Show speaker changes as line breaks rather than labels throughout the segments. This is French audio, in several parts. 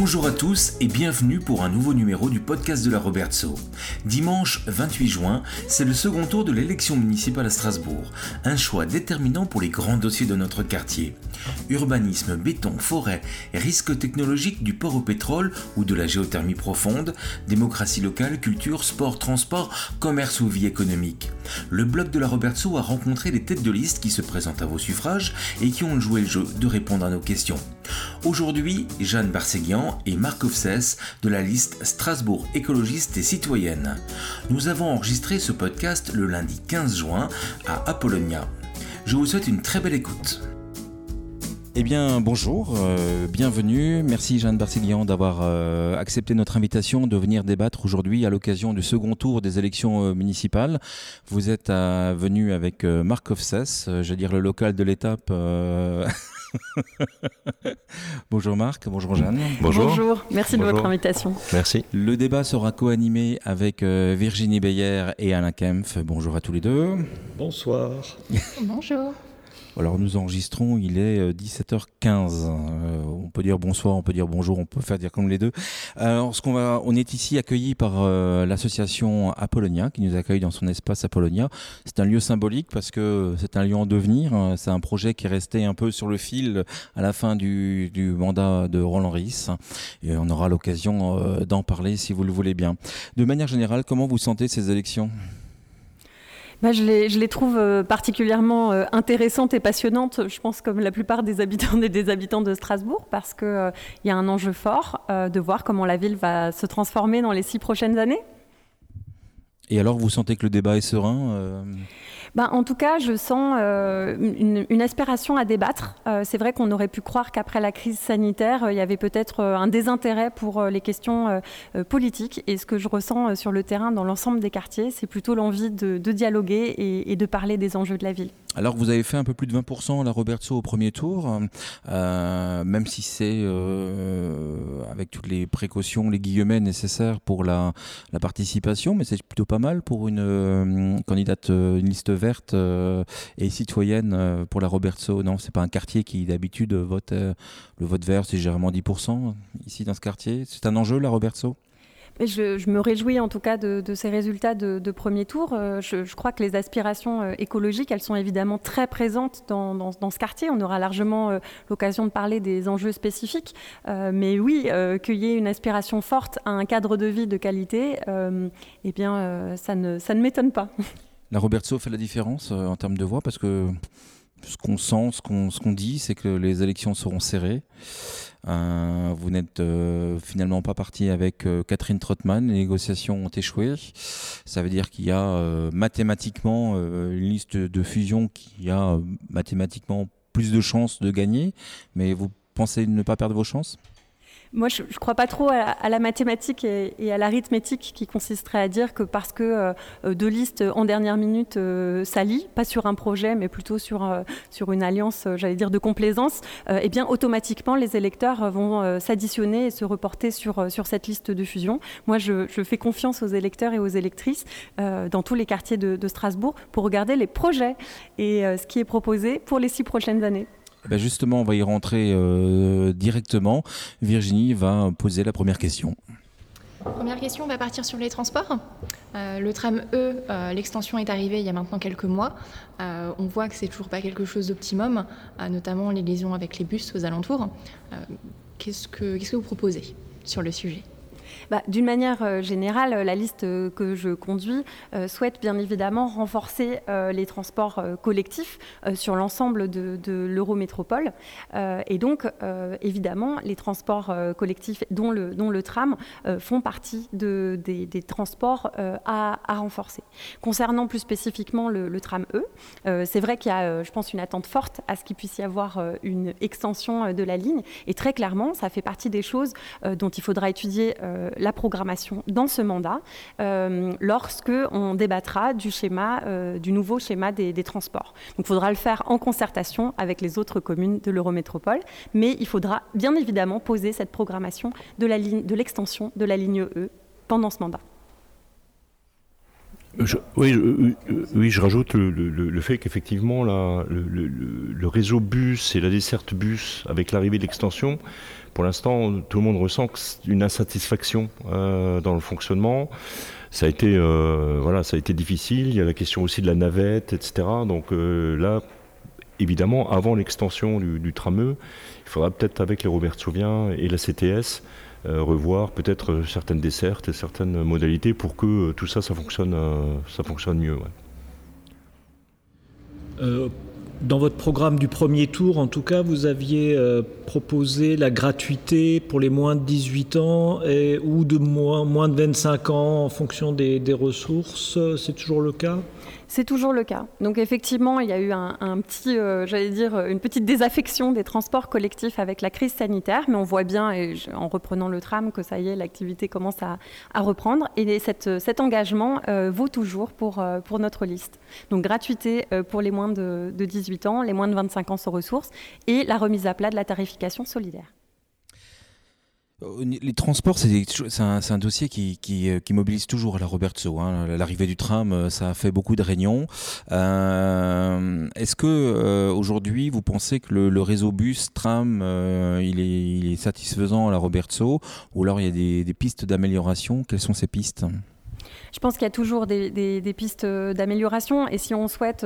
Bonjour à tous et bienvenue pour un nouveau numéro du podcast de la Robertso. Dimanche 28 juin, c'est le second tour de l'élection municipale à Strasbourg. Un choix déterminant pour les grands dossiers de notre quartier. Urbanisme, béton, forêt, risques technologiques du port au pétrole ou de la géothermie profonde, démocratie locale, culture, sport, transport, commerce ou vie économique. Le bloc de la Robertso a rencontré les têtes de liste qui se présentent à vos suffrages et qui ont joué le jeu de répondre à nos questions. Aujourd'hui, Jeanne Barséguian et Marc Ofsès de la liste Strasbourg écologiste et citoyenne. Nous avons enregistré ce podcast le lundi 15 juin à Apollonia. Je vous souhaite une très belle écoute.
Eh bien, bonjour, bienvenue. Merci Jeanne Barséguian d'avoir accepté notre invitation de venir débattre aujourd'hui à l'occasion du second tour des élections municipales. Vous êtes venu avec Marc Ofsès, je veux dire le local de l'étape. Bonjour Marc, bonjour Jeanne.
Bonjour, merci de votre invitation.
Merci.
Le débat sera co-animé avec Virginie Beyer et Alain Kempf. Bonjour à tous les deux.
Bonsoir.
Bonjour.
Alors nous enregistrons, il est 17h15. On peut dire bonsoir, on peut dire bonjour, on peut faire dire comme les deux. Alors on est ici accueillis par l'association Apollonia qui nous accueille dans son espace Apollonia. C'est un lieu symbolique parce que c'est un lieu en devenir. C'est un projet qui est resté un peu sur le fil à la fin du mandat de Roland Ries. Et on aura l'occasion d'en parler si vous le voulez bien. De manière générale, comment vous sentez ces élections ?
Je les trouve particulièrement intéressantes et passionnantes, je pense comme la plupart des habitants et des habitants de Strasbourg, parce qu'il y a un enjeu fort de voir comment la ville va se transformer dans les 6 prochaines années.
Et alors, vous sentez que le débat est serein
En tout cas, je sens une aspiration à débattre. C'est vrai qu'on aurait pu croire qu'après la crise sanitaire, il y avait peut-être un désintérêt pour les questions politiques. Et ce que je ressens sur le terrain dans l'ensemble des quartiers, c'est plutôt l'envie de dialoguer et de parler des enjeux de la ville.
Alors, vous avez fait un peu plus de 20% à la Robertso au premier tour, même si c'est avec toutes les précautions, les guillemets nécessaires pour la participation, mais c'est plutôt pas mal pour une candidate, une liste verte et citoyenne pour la Robertso. Non, c'est pas un quartier qui d'habitude vote le vote vert, c'est généralement 10% ici dans ce quartier. C'est un enjeu la Robertso ?
Je me réjouis en tout cas de ces résultats de premier tour. Je crois que les aspirations écologiques, elles sont évidemment très présentes dans ce quartier. On aura largement l'occasion de parler des enjeux spécifiques. Mais oui, qu'il y ait une aspiration forte à un cadre de vie de qualité, ça ne m'étonne pas.
La Robertso fait la différence en termes de voix parce que ce qu'on sent, ce qu'on dit, c'est que les élections seront serrées. Vous n'êtes finalement pas parti avec Catherine Trottmann. Les négociations ont échoué. Ça veut dire qu'il y a mathématiquement une liste de fusion qui a mathématiquement plus de chances de gagner. Mais vous pensez ne pas perdre vos chances ?
Moi, je ne crois pas trop à la mathématique et à l'arithmétique qui consisterait à dire que parce que deux listes en dernière minute s'allient, pas sur un projet, mais plutôt sur une alliance, j'allais dire, de complaisance, automatiquement, les électeurs vont s'additionner et se reporter sur cette liste de fusion. Moi, je fais confiance aux électeurs et aux électrices dans tous les quartiers de Strasbourg pour regarder les projets et ce qui est proposé pour les 6 prochaines années.
Justement, on va y rentrer directement. Virginie va poser la première question.
Première question, on va partir sur les transports. Le tram E, l'extension est arrivée il y a maintenant quelques mois. On voit que c'est toujours pas quelque chose d'optimum, notamment les liaisons avec les bus aux alentours. Qu'est-ce que vous proposez sur le sujet ?
D'une manière générale, la liste que je conduis souhaite bien évidemment renforcer les transports collectifs sur l'ensemble de l'Eurométropole. Et donc, évidemment, les transports collectifs, dont le tram, font partie des transports à renforcer. Concernant plus spécifiquement le tram E, c'est vrai qu'il y a, je pense, une attente forte à ce qu'il puisse y avoir une extension de la ligne. Et très clairement, ça fait partie des choses dont il faudra étudier la programmation dans ce mandat lorsque on débattra du nouveau schéma des transports. Donc il faudra le faire en concertation avec les autres communes de l'Eurométropole, mais il faudra bien évidemment poser cette programmation de l'extension de la ligne E pendant ce mandat.
Oui, je rajoute le fait qu'effectivement le réseau bus et la desserte bus, avec l'arrivée de l'extension, pour l'instant, tout le monde ressent une insatisfaction dans le fonctionnement. Ça a été difficile. Il y a la question aussi de la navette, etc. Donc là, évidemment, avant l'extension du trameux, il faudra peut-être avec les Robertsoviens et la CTS revoir peut-être certaines dessertes et certaines modalités pour que tout ça fonctionne mieux. Ouais.
Dans votre programme du premier tour, en tout cas, vous aviez proposé la gratuité pour les moins de 18 ans ou de moins de 25 ans en fonction des ressources. C'est toujours le cas ?
C'est toujours le cas. Donc effectivement, il y a eu un petit, une petite désaffection des transports collectifs avec la crise sanitaire, mais on voit bien, en reprenant le tram, que ça y est, l'activité commence à reprendre. Et cet engagement vaut toujours pour notre liste. Donc gratuité pour les moins de 18 ans, les moins de 25 ans sans ressources, et la remise à plat de la tarification solidaire.
Les transports, c'est un dossier qui mobilise toujours la Robertso. L'arrivée du tram, ça a fait beaucoup de réunions. Est-ce que aujourd'hui, vous pensez que le réseau bus, tram, il est satisfaisant à la Robertso, ou alors il y a des pistes d'amélioration? Quelles sont ces pistes ?
Je pense qu'il y a toujours des pistes d'amélioration, et si on souhaite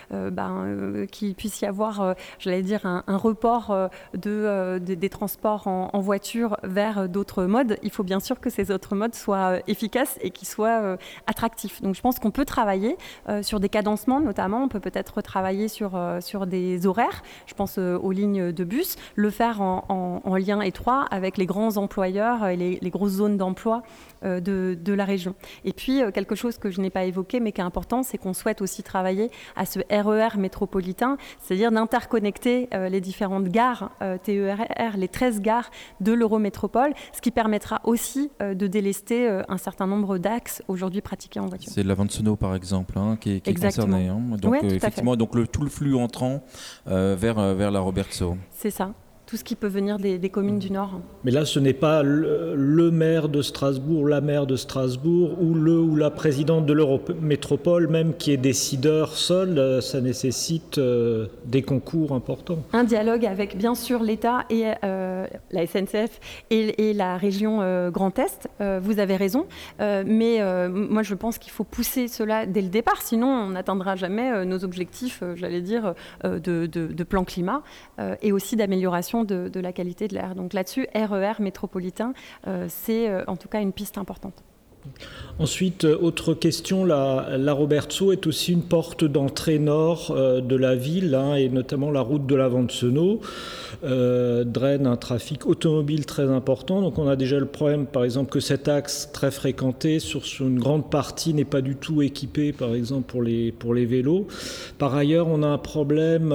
qu'il puisse y avoir, un report des transports en voiture vers d'autres modes, il faut bien sûr que ces autres modes soient efficaces et qu'ils soient attractifs. Donc je pense qu'on peut travailler sur des cadencements, notamment. On peut peut-être travailler sur des horaires. Je pense aux lignes de bus, le faire en lien étroit avec les grands employeurs et les grosses zones d'emploi de la région. Et puis, quelque chose que je n'ai pas évoqué, mais qui est important, c'est qu'on souhaite aussi travailler à ce RER métropolitain, c'est-à-dire d'interconnecter les différentes gares TER, les 13 gares de l'Eurométropole, ce qui permettra aussi de délester un certain nombre d'axes aujourd'hui pratiqués en voiture.
C'est l'Avanzeno, par exemple, qui est concerné. Donc, effectivement, donc tout le flux entrant vers la Robertso.
C'est ça. Tout ce qui peut venir des communes du Nord.
Mais là, ce n'est pas le maire de Strasbourg, la maire de Strasbourg ou la présidente de l'Eurométropole même qui est décideur seul. Ça nécessite des concours importants. Un
dialogue avec, bien sûr, l'État et la SNCF et la région Grand Est. Vous avez raison. Mais moi, je pense qu'il faut pousser cela dès le départ. Sinon, on n'atteindra jamais nos objectifs, de plan climat et aussi d'amélioration de la qualité de l'air. Donc là-dessus, RER métropolitain, c'est en tout cas une piste importante.
Ensuite, autre question, la Robertso est aussi une porte d'entrée nord de la ville, et notamment la route de l'Avanzeno draine un trafic automobile très important. Donc on a déjà le problème, par exemple, que cet axe très fréquenté sur une grande partie n'est pas du tout équipé, par exemple, pour les vélos. Par ailleurs, on a un problème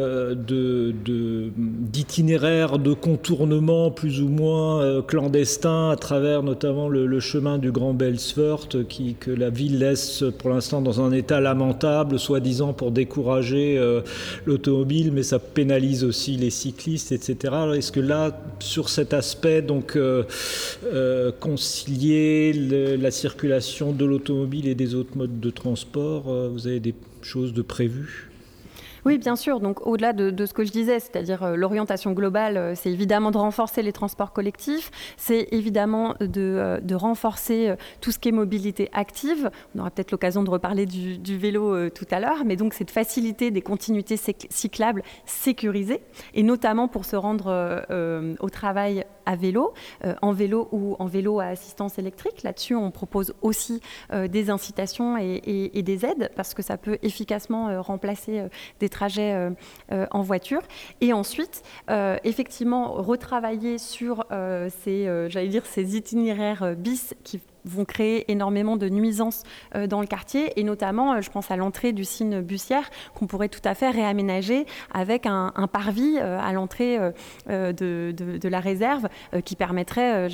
d'itinéraire, de contournement plus ou moins clandestin à travers notamment le chemin du Grand Belsfort que la ville laisse pour l'instant dans un état lamentable, soi-disant pour décourager l'automobile, mais ça pénalise aussi les cyclistes, etc. Alors, est-ce que là, sur cet aspect, donc concilier la circulation de l'automobile et des autres modes de transport, vous avez des choses de prévues ?
Oui, bien sûr. Donc, au-delà de ce que je disais, c'est-à-dire l'orientation globale, c'est évidemment de renforcer les transports collectifs, c'est évidemment de renforcer tout ce qui est mobilité active. On aura peut-être l'occasion de reparler du vélo tout à l'heure, mais donc c'est de faciliter des continuités cyclables sécurisées, et notamment pour se rendre au travail à vélo, en vélo ou en vélo à assistance électrique. Là-dessus, on propose aussi des incitations et des aides, parce que ça peut efficacement remplacer des trajets en voiture. Et ensuite, effectivement, retravailler sur ces itinéraires bis qui vont créer énormément de nuisances dans le quartier, et notamment, je pense à l'entrée du Cine Bussière, qu'on pourrait tout à fait réaménager avec un parvis à l'entrée de la réserve qui permettrait,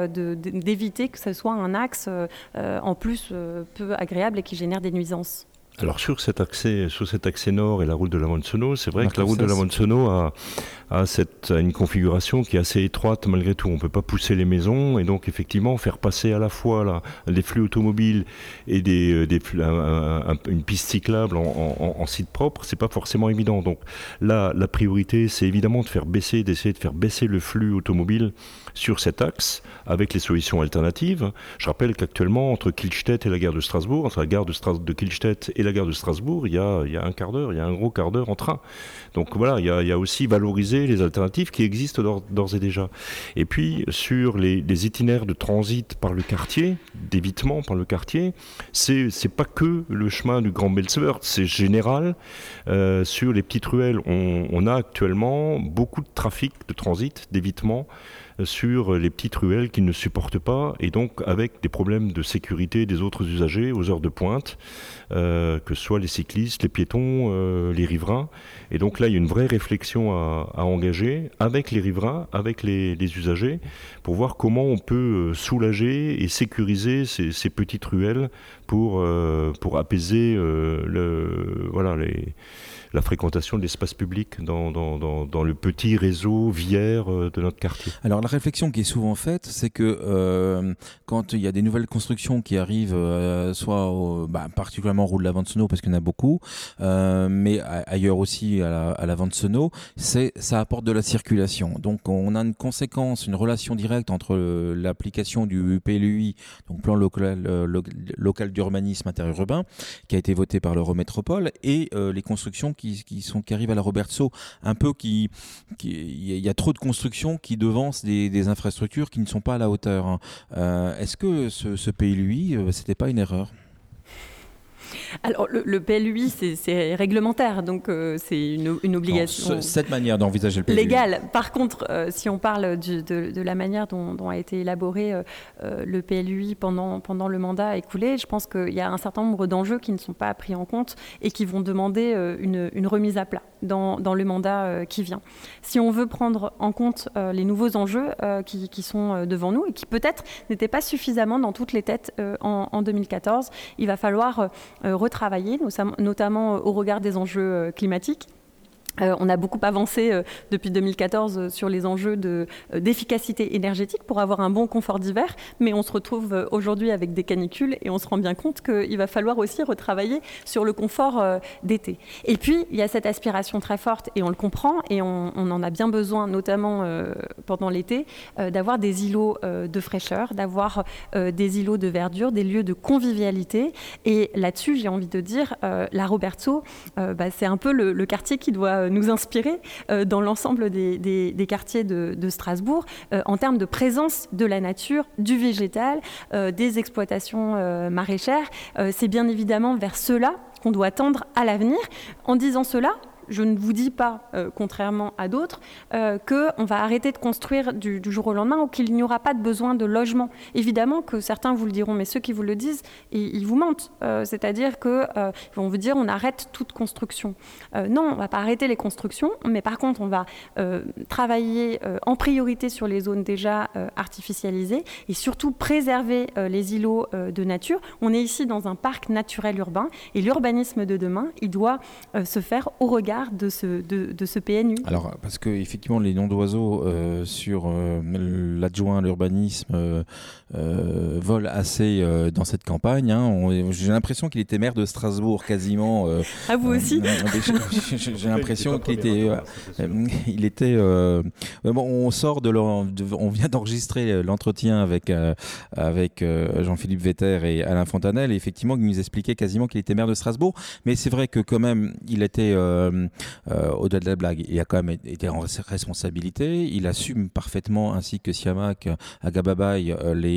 d'éviter que ce soit un axe en plus peu agréable et qui génère des nuisances.
Alors sur cet accès nord et la route de la Monsono, c'est vrai que la route de la Monsono a une configuration qui est assez étroite malgré tout. On ne peut pas pousser les maisons et donc effectivement faire passer à la fois des flux automobiles et une piste cyclable en site propre, c'est pas forcément évident. Donc là, la priorité, c'est évidemment d'essayer de faire baisser le flux automobile sur cet axe avec les solutions alternatives. Je rappelle qu'actuellement, entre Kielstedt et la gare de Strasbourg, entre la gare de Kielstedt et la gare de Strasbourg, il y a un quart d'heure, il y a un gros quart d'heure en train. Donc voilà, il y a aussi valoriser les alternatives qui existent d'ores et déjà. Et puis sur les itinéraires de transit par le quartier, d'évitement par le quartier, c'est pas que le chemin du Grand Belswerd, c'est général. Sur les petites ruelles, on a actuellement beaucoup de trafic de transit, d'évitement sur les petites ruelles qui ne supportent pas, et donc avec des problèmes de sécurité des autres usagers aux heures de pointe, que ce soit les cyclistes, les piétons, les riverains. Et donc là, il y a une vraie réflexion à engager avec les riverains, avec les usagers, pour voir comment on peut soulager et sécuriser ces petites ruelles pour apaiser la fréquentation de l'espace public dans le petit réseau viaire de notre quartier.
Alors la réflexion qui est souvent faite, c'est que quand il y a des nouvelles constructions qui arrivent, particulièrement en route de la Vansenau, parce qu'il y en a beaucoup, mais ailleurs aussi à la Vansenau, ça apporte de la circulation. Donc on a une conséquence, une relation directe entre l'application du PLUI, donc plan local d'urbanisme interurbain, qui a été voté par l'Eurométropole, et les constructions qui arrivent à la Robertsau, un peu il y a trop de constructions qui devancent des infrastructures qui ne sont pas à la hauteur. Est-ce que ce PLUI, c'était pas une erreur ?
Alors le PLUI, c'est réglementaire, donc c'est une obligation.
Non, cette manière d'envisager le PLUI.
Légale. Par contre, si on parle de la manière dont a été élaboré le PLUI pendant le mandat écoulé, je pense qu'il y a un certain nombre d'enjeux qui ne sont pas pris en compte et qui vont demander une remise à plat dans le mandat qui vient. Si on veut prendre en compte les nouveaux enjeux qui sont devant nous et qui peut-être n'étaient pas suffisamment dans toutes les têtes en 2014, il va falloir retravailler, notamment au regard des enjeux climatiques. On a beaucoup avancé depuis 2014 sur les enjeux d'efficacité énergétique pour avoir un bon confort d'hiver, mais on se retrouve aujourd'hui avec des canicules et on se rend bien compte qu'il va falloir aussi retravailler sur le confort d'été. Et puis, il y a cette aspiration très forte, et on le comprend, et on en a bien besoin, notamment pendant l'été, d'avoir des îlots de fraîcheur, d'avoir des îlots de verdure, des lieux de convivialité. Et là-dessus, j'ai envie de dire, la Robertsau, c'est un peu le quartier qui doit nous inspirer dans l'ensemble des quartiers de Strasbourg en termes de présence de la nature, du végétal, des exploitations maraîchères. C'est bien évidemment vers cela qu'on doit tendre à l'avenir. En disant cela, je ne vous dis pas, contrairement à d'autres, qu'on va arrêter de construire du jour au lendemain ou qu'il n'y aura pas de besoin de logement. Évidemment que certains vous le diront, mais ceux qui vous le disent, ils vous mentent. C'est-à-dire qu'ils vont vous dire on arrête toute construction. Non, on ne va pas arrêter les constructions, mais par contre, on va travailler en priorité sur les zones déjà artificialisées et surtout préserver les îlots de nature. On est ici dans un parc naturel urbain et l'urbanisme de demain, il doit se faire au regard de ce PNU.
Alors, parce qu'effectivement, les noms d'oiseaux sur l'adjoint à l'urbanisme volent assez dans cette campagne. Hein. J'ai l'impression qu'il était maire de Strasbourg quasiment.
Ah, vous aussi
J'ai l'impression qu'il était... il était... on sort on vient d'enregistrer l'entretien avec Jean-Philippe Vetter et Alain Fontanel, et effectivement, il nous expliquait quasiment qu'il était maire de Strasbourg. Mais c'est vrai que quand même, il était... au-delà de la blague, il a quand même été en responsabilité. Il assume parfaitement, ainsi que Siamak Agababaye,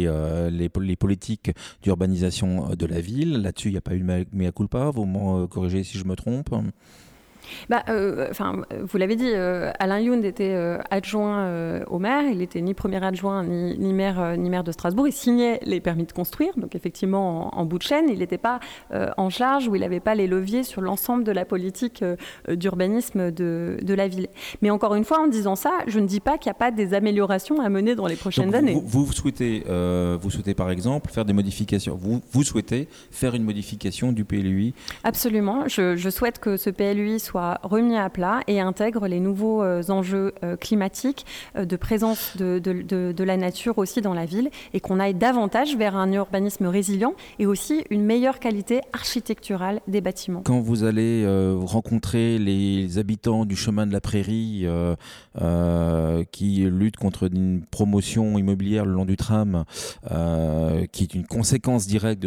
les politiques d'urbanisation de la ville. Là-dessus, il n'y a pas eu de mea culpa. Vous m'en corrigez si je me trompe.
Vous l'avez dit, Alain Youn était adjoint au maire. Il n'était ni premier adjoint ni maire de Strasbourg. Il signait les permis de construire, donc effectivement en bout de chaîne. Il n'était pas en charge ou il n'avait pas les leviers sur l'ensemble de la politique d'urbanisme de la ville. Mais encore une fois, en disant ça, je ne dis pas qu'il n'y a pas des améliorations à mener dans les prochaines années.
Vous souhaitez par exemple faire des modifications. Vous souhaitez faire une modification du PLUI ?
Absolument. Je souhaite que ce PLUI soit remis à plat et intègre les nouveaux enjeux climatiques, de présence de la nature aussi dans la ville, et qu'on aille davantage vers un urbanisme résilient et aussi une meilleure qualité architecturale des bâtiments.
Quand vous allez rencontrer les habitants du chemin de la Prairie qui luttent contre une promotion immobilière le long du tram, qui est une conséquence directe de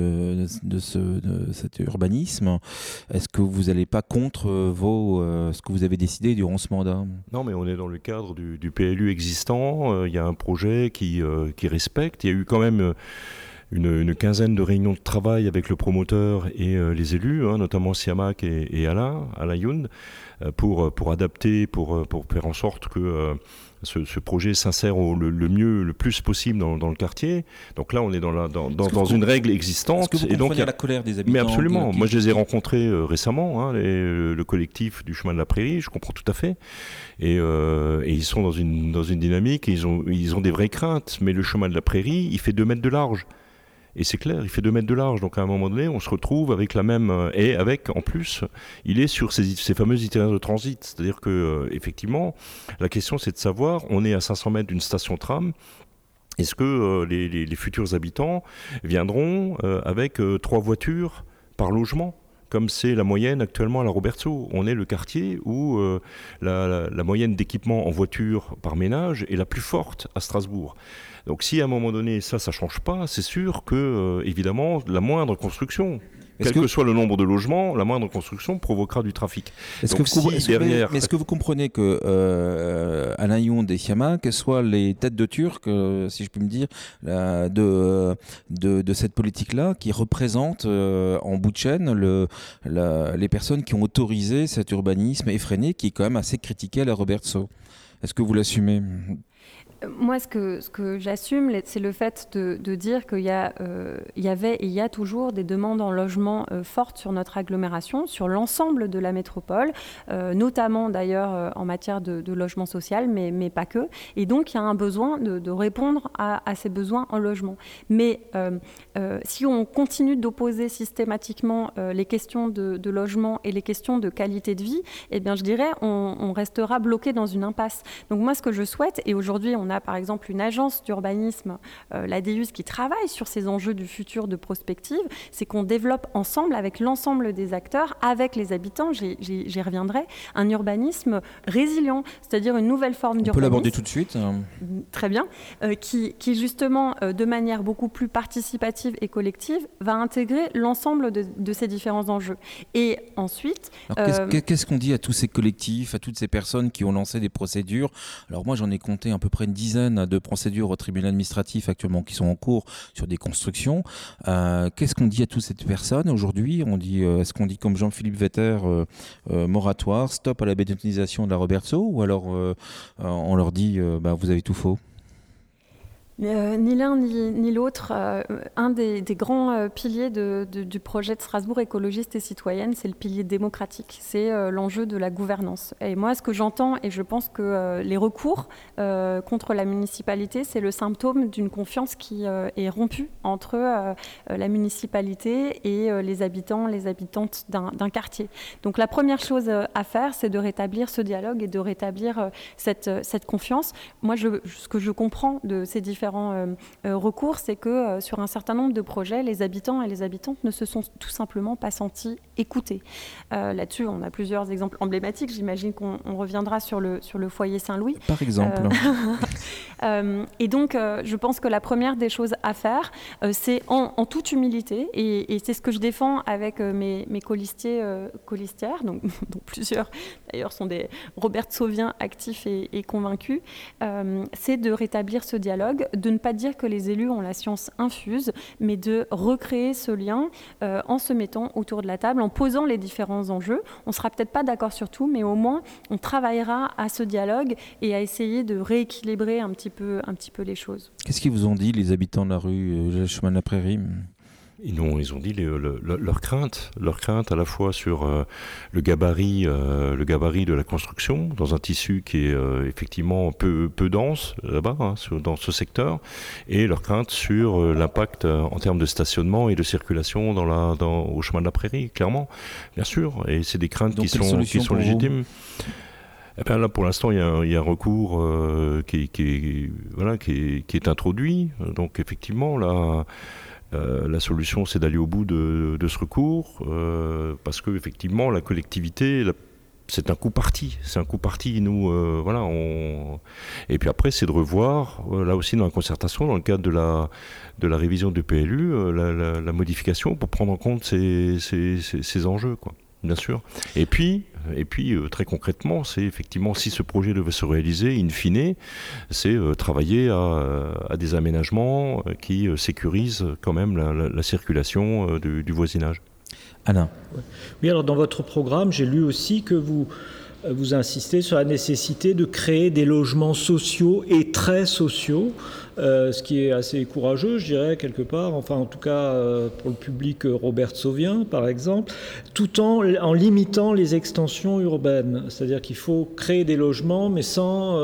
cet urbanisme, est-ce que vous n'allez pas contre ce que vous avez décidé durant ce mandat ?
Non, mais on est dans le cadre du PLU existant. Il y a un projet qui respecte. Il y a eu quand même une quinzaine de réunions de travail avec le promoteur et les élus, notamment Siamak et Alain Youn, pour adapter, pour faire en sorte que ce projet s'insère le plus possible dans le quartier. Donc là, on est dans une règle existante.
Est-ce que vous comprenez la colère des habitants ?
Mais absolument. Moi, je les ai rencontrés récemment, le collectif du chemin de la Prairie, je comprends tout à fait. Et ils sont dans une dynamique, et ils ont des vraies craintes. Mais le chemin de la Prairie, il fait 2 mètres de large. Et c'est clair, il fait 2 mètres de large. Donc à un moment donné, on se retrouve avec la même... Et avec, en plus, il est sur ces fameux itinéraires de transit. C'est-à-dire que effectivement, la question, c'est de savoir, on est à 500 mètres d'une station tram. Est-ce que les futurs habitants viendront avec 3 voitures par logement ? Comme c'est la moyenne actuellement à la Robertso. On est le quartier où la moyenne d'équipement en voiture par ménage est la plus forte à Strasbourg. Donc si à un moment donné ça ne change pas, c'est sûr que évidemment la moindre construction, quel que soit le nombre de logements, la moindre construction provoquera du trafic.
Est-ce que vous comprenez que Alain Youn et Siamak soient les têtes de Turc, si je puis me dire, de cette politique-là, qui représente en bout de chaîne les personnes qui ont autorisé cet urbanisme effréné, qui est quand même assez critiqué à la Robertso. Est-ce que vous l'assumez ?
Moi, ce que j'assume, c'est le fait de dire qu'il y avait et il y a toujours des demandes en logement fortes sur notre agglomération, sur l'ensemble de la métropole, notamment d'ailleurs en matière de logement social, mais pas que. Et donc, il y a un besoin de répondre à ces besoins en logement. Mais si on continue d'opposer systématiquement les questions de logement et les questions de qualité de vie, eh bien, je dirais, on restera bloqué dans une impasse. Donc moi, ce que je souhaite, et aujourd'hui, on a par exemple une agence d'urbanisme, l'ADUS, qui travaille sur ces enjeux du futur de prospective, c'est qu'on développe ensemble, avec l'ensemble des acteurs, avec les habitants, j'y reviendrai, un urbanisme résilient, c'est-à-dire une nouvelle forme d'urbanisme.
On peut l'aborder tout de suite.
Très bien. Qui justement, de manière beaucoup plus participative et collective, va intégrer l'ensemble de ces différents enjeux. Et ensuite...
Alors, qu'est-ce qu'on dit à tous ces collectifs, à toutes ces personnes qui ont lancé des procédures ? Alors moi, j'en ai compté à peu près une dizaine de procédures au tribunal administratif actuellement qui sont en cours sur des constructions. Qu'est-ce qu'on dit à toutes ces personnes aujourd'hui ? Est-ce qu'on dit comme Jean-Philippe Vetter, moratoire, stop à la bétonisation de la Robertso, ou alors on leur dit vous avez tout faux ?
Ni l'un ni l'autre. Un des grands piliers du projet de Strasbourg écologiste et citoyenne, c'est le pilier démocratique. C'est l'enjeu de la gouvernance. Et moi, ce que j'entends, et je pense que les recours contre la municipalité, c'est le symptôme d'une confiance qui est rompue entre la municipalité et les habitants, les habitantes d'un quartier. Donc la première chose à faire, c'est de rétablir ce dialogue et de rétablir cette confiance. Moi, ce que je comprends de ces différents recours, c'est que sur un certain nombre de projets, les habitants et les habitantes ne se sont tout simplement pas sentis écoutés. Là-dessus, on a plusieurs exemples emblématiques. J'imagine qu'on reviendra sur le foyer Saint-Louis.
Par exemple.
Et donc, je pense que la première des choses à faire, c'est en toute humilité, et c'est ce que je défends avec mes colistières, dont plusieurs d'ailleurs sont des robertsoviens actifs et convaincus, c'est de rétablir ce dialogue, de ne pas dire que les élus ont la science infuse, mais de recréer ce lien en se mettant autour de la table, en posant les différents enjeux. On ne sera peut-être pas d'accord sur tout, mais au moins on travaillera à ce dialogue et à essayer de rééquilibrer un petit peu les choses.
Qu'est-ce qu'ils vous ont dit, les habitants de la rue Chemin de la Prairie ?
Ils ont dit leurs craintes à la fois sur le gabarit de la construction, dans un tissu qui est effectivement peu dense là-bas, dans ce secteur, et leurs craintes sur l'impact en termes de stationnement et de circulation au chemin de la Prairie, clairement, bien sûr. Et c'est des craintes qui sont légitimes. Eh bien là, pour l'instant, il y a un recours qui est introduit. Donc effectivement, la solution, c'est d'aller au bout de ce recours, parce que effectivement, la collectivité, c'est un coup parti. Nous, et puis après, c'est de revoir, là aussi dans la concertation, dans le cadre de la révision du PLU, la modification pour prendre en compte ces enjeux, quoi. Bien sûr. Et puis très concrètement, c'est effectivement, si ce projet devait se réaliser, in fine, c'est travailler à des aménagements qui sécurisent quand même la circulation du voisinage.
Alain.
Oui, alors dans votre programme, j'ai lu aussi que vous insistez sur la nécessité de créer des logements sociaux et très sociaux, ce qui est assez courageux, je dirais, quelque part, enfin en tout cas pour le public robertsovien, par exemple, tout en limitant les extensions urbaines. C'est-à-dire qu'il faut créer des logements, mais sans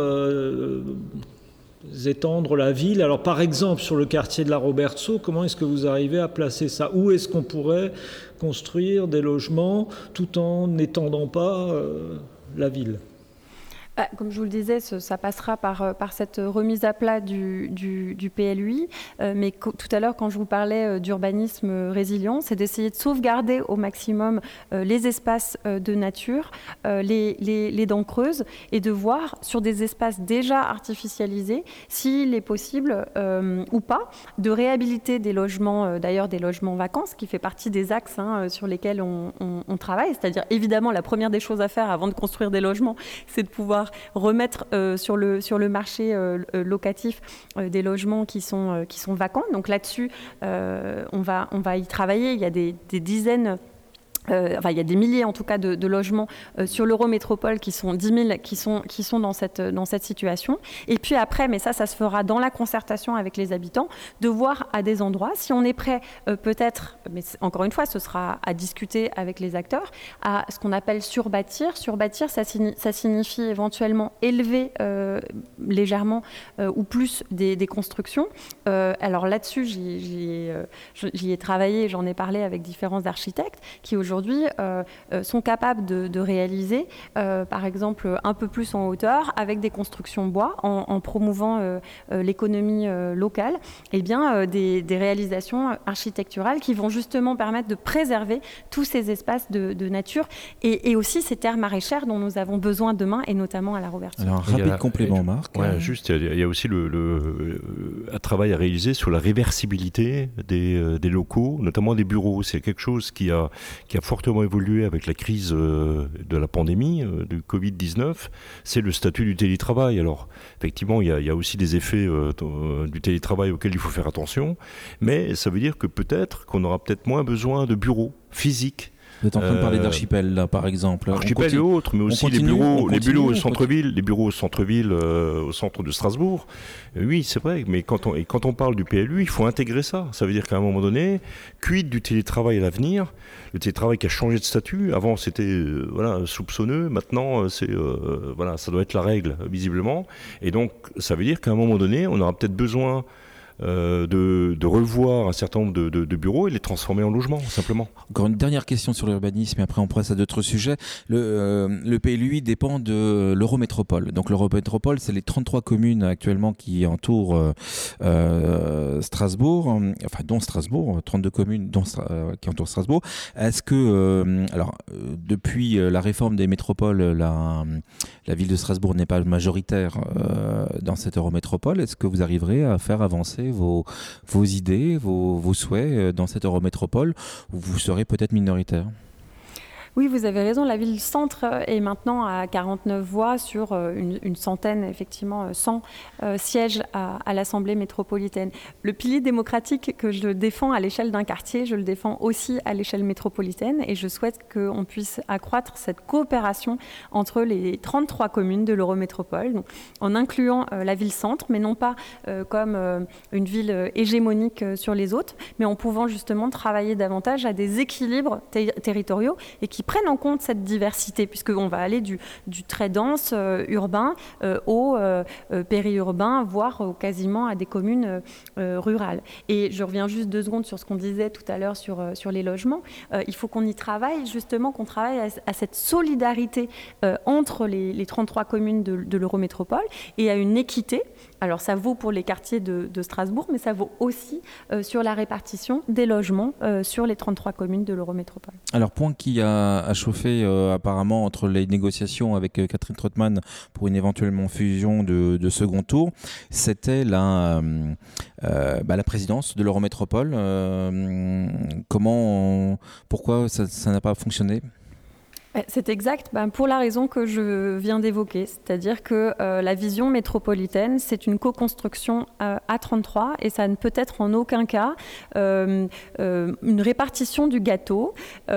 étendre la ville. Alors par exemple, sur le quartier de la Robertso, comment est-ce que vous arrivez à placer ça ? Où est-ce qu'on pourrait construire des logements tout en n'étendant pas la ville ?
Comme je vous le disais, ça passera par cette remise à plat du PLUI. Mais tout à l'heure, quand je vous parlais d'urbanisme résilient, c'est d'essayer de sauvegarder au maximum les espaces de nature, les dents creuses, et de voir sur des espaces déjà artificialisés s'il est possible ou pas de réhabiliter des logements, d'ailleurs des logements vacants, ce qui fait partie des axes sur lesquels on travaille. C'est-à-dire, évidemment, la première des choses à faire avant de construire des logements, c'est de pouvoir remettre sur le marché locatif des logements qui sont vacants. Donc là-dessus, on va y travailler. Il y a des dizaines... il y a des milliers en tout cas de logements sur l'Eurométropole qui sont 10 000 qui sont dans cette situation. Et puis après, mais ça se fera dans la concertation avec les habitants, de voir à des endroits si on est prêt peut-être, mais encore une fois, ce sera à discuter avec les acteurs, à ce qu'on appelle surbâtir. Surbâtir, ça signifie éventuellement élever légèrement ou plus des constructions. Alors là-dessus, j'y ai travaillé, j'en ai parlé avec différents architectes qui aujourd'hui sont capables de réaliser, par exemple, un peu plus en hauteur, avec des constructions bois, en promouvant l'économie locale, et bien des réalisations architecturales qui vont justement permettre de préserver tous ces espaces de nature et aussi ces terres maraîchères dont nous avons besoin demain, et notamment à la Robertso.
Alors, un rapide complément, Marc.
Ouais, juste, il y a aussi un travail à réaliser sur la réversibilité des locaux, notamment des bureaux. C'est quelque chose qui a fortement évolué avec la crise de la pandémie, du Covid-19, c'est le statut du télétravail. Alors, effectivement, il y a aussi des effets du télétravail auxquels il faut faire attention, mais ça veut dire que peut-être qu'on aura peut-être moins besoin de bureaux physiques.
Vous êtes en train de parler d'archipel, là, par exemple.
Archipel et autres, mais aussi les bureaux au centre-ville, au centre de Strasbourg. Oui, c'est vrai, mais quand on parle du PLU, il faut intégrer ça. Ça veut dire qu'à un moment donné, quid du télétravail à l'avenir, le télétravail qui a changé de statut. Avant, c'était soupçonneux. Maintenant, ça doit être la règle, visiblement. Et donc, ça veut dire qu'à un moment donné, on aura peut-être besoin de revoir un certain nombre de bureaux et les transformer en logements, simplement.
Encore une dernière question sur l'urbanisme, et après on passe à d'autres sujets. Le PLUI dépend de l'Eurométropole. Donc l'Eurométropole, c'est les 33 communes actuellement qui entourent Strasbourg, enfin dont Strasbourg, 32 communes qui entourent Strasbourg. Est-ce que, depuis la réforme des métropoles, la ville de Strasbourg n'est pas majoritaire dans cette Eurométropole, est-ce que vous arriverez à faire avancer vos idées, vos souhaits dans cette Eurométropole où vous serez peut-être minoritaire ?
Oui, vous avez raison. La ville-centre est maintenant à 49 voix sur une centaine, effectivement, 100 sièges à l'Assemblée métropolitaine. Le pilier démocratique que je défends à l'échelle d'un quartier, je le défends aussi à l'échelle métropolitaine et je souhaite qu'on puisse accroître cette coopération entre les 33 communes de l'Eurométropole, donc, en incluant la ville-centre, mais non pas comme une ville hégémonique sur les autres, mais en pouvant justement travailler davantage à des équilibres territoriaux et qui prennent en compte cette diversité, puisqu'on va aller du très dense urbain au périurbain, voire quasiment à des communes rurales. Et je reviens juste 2 secondes sur ce qu'on disait tout à l'heure sur les logements. Il faut qu'on y travaille, justement, qu'on travaille à cette solidarité entre les 33 communes de l'Eurométropole et à une équité. Alors ça vaut pour les quartiers de Strasbourg, mais ça vaut aussi sur la répartition des logements sur les 33 communes de l'Eurométropole.
Alors, point qui a chauffé apparemment entre les négociations avec Catherine Trottmann pour une éventuellement fusion de second tour, c'était la présidence de l'Eurométropole. Pourquoi ça n'a pas fonctionné ?
C'est exact, pour la raison que je viens d'évoquer, c'est-à-dire que la vision métropolitaine, c'est une co-construction à 33 et ça ne peut être en aucun cas une répartition du gâteau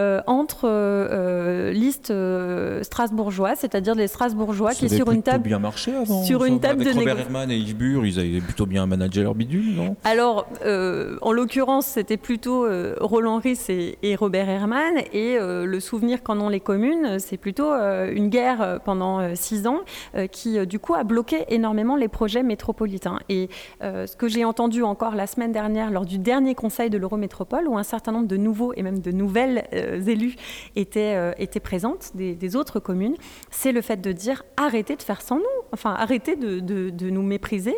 entre listes strasbourgeoises, c'est-à-dire les Strasbourgeois qui sur une table
bien marché avant.
Sur une table
avec
de
Robert Herrmann et Yves Bure, ils avaient plutôt bien managé leur bidule, non ?
Alors, en l'occurrence, c'était plutôt Roland Ries et Robert Herrmann et le souvenir qu'en ont les communes, c'est plutôt une guerre pendant 6 ans qui, du coup, a bloqué énormément les projets métropolitains. Et ce que j'ai entendu encore la semaine dernière lors du dernier conseil de l'Eurométropole, où un certain nombre de nouveaux et même de nouvelles élus étaient présentes des autres communes, c'est le fait de dire arrêtez de faire sans nous, enfin arrêtez de nous mépriser.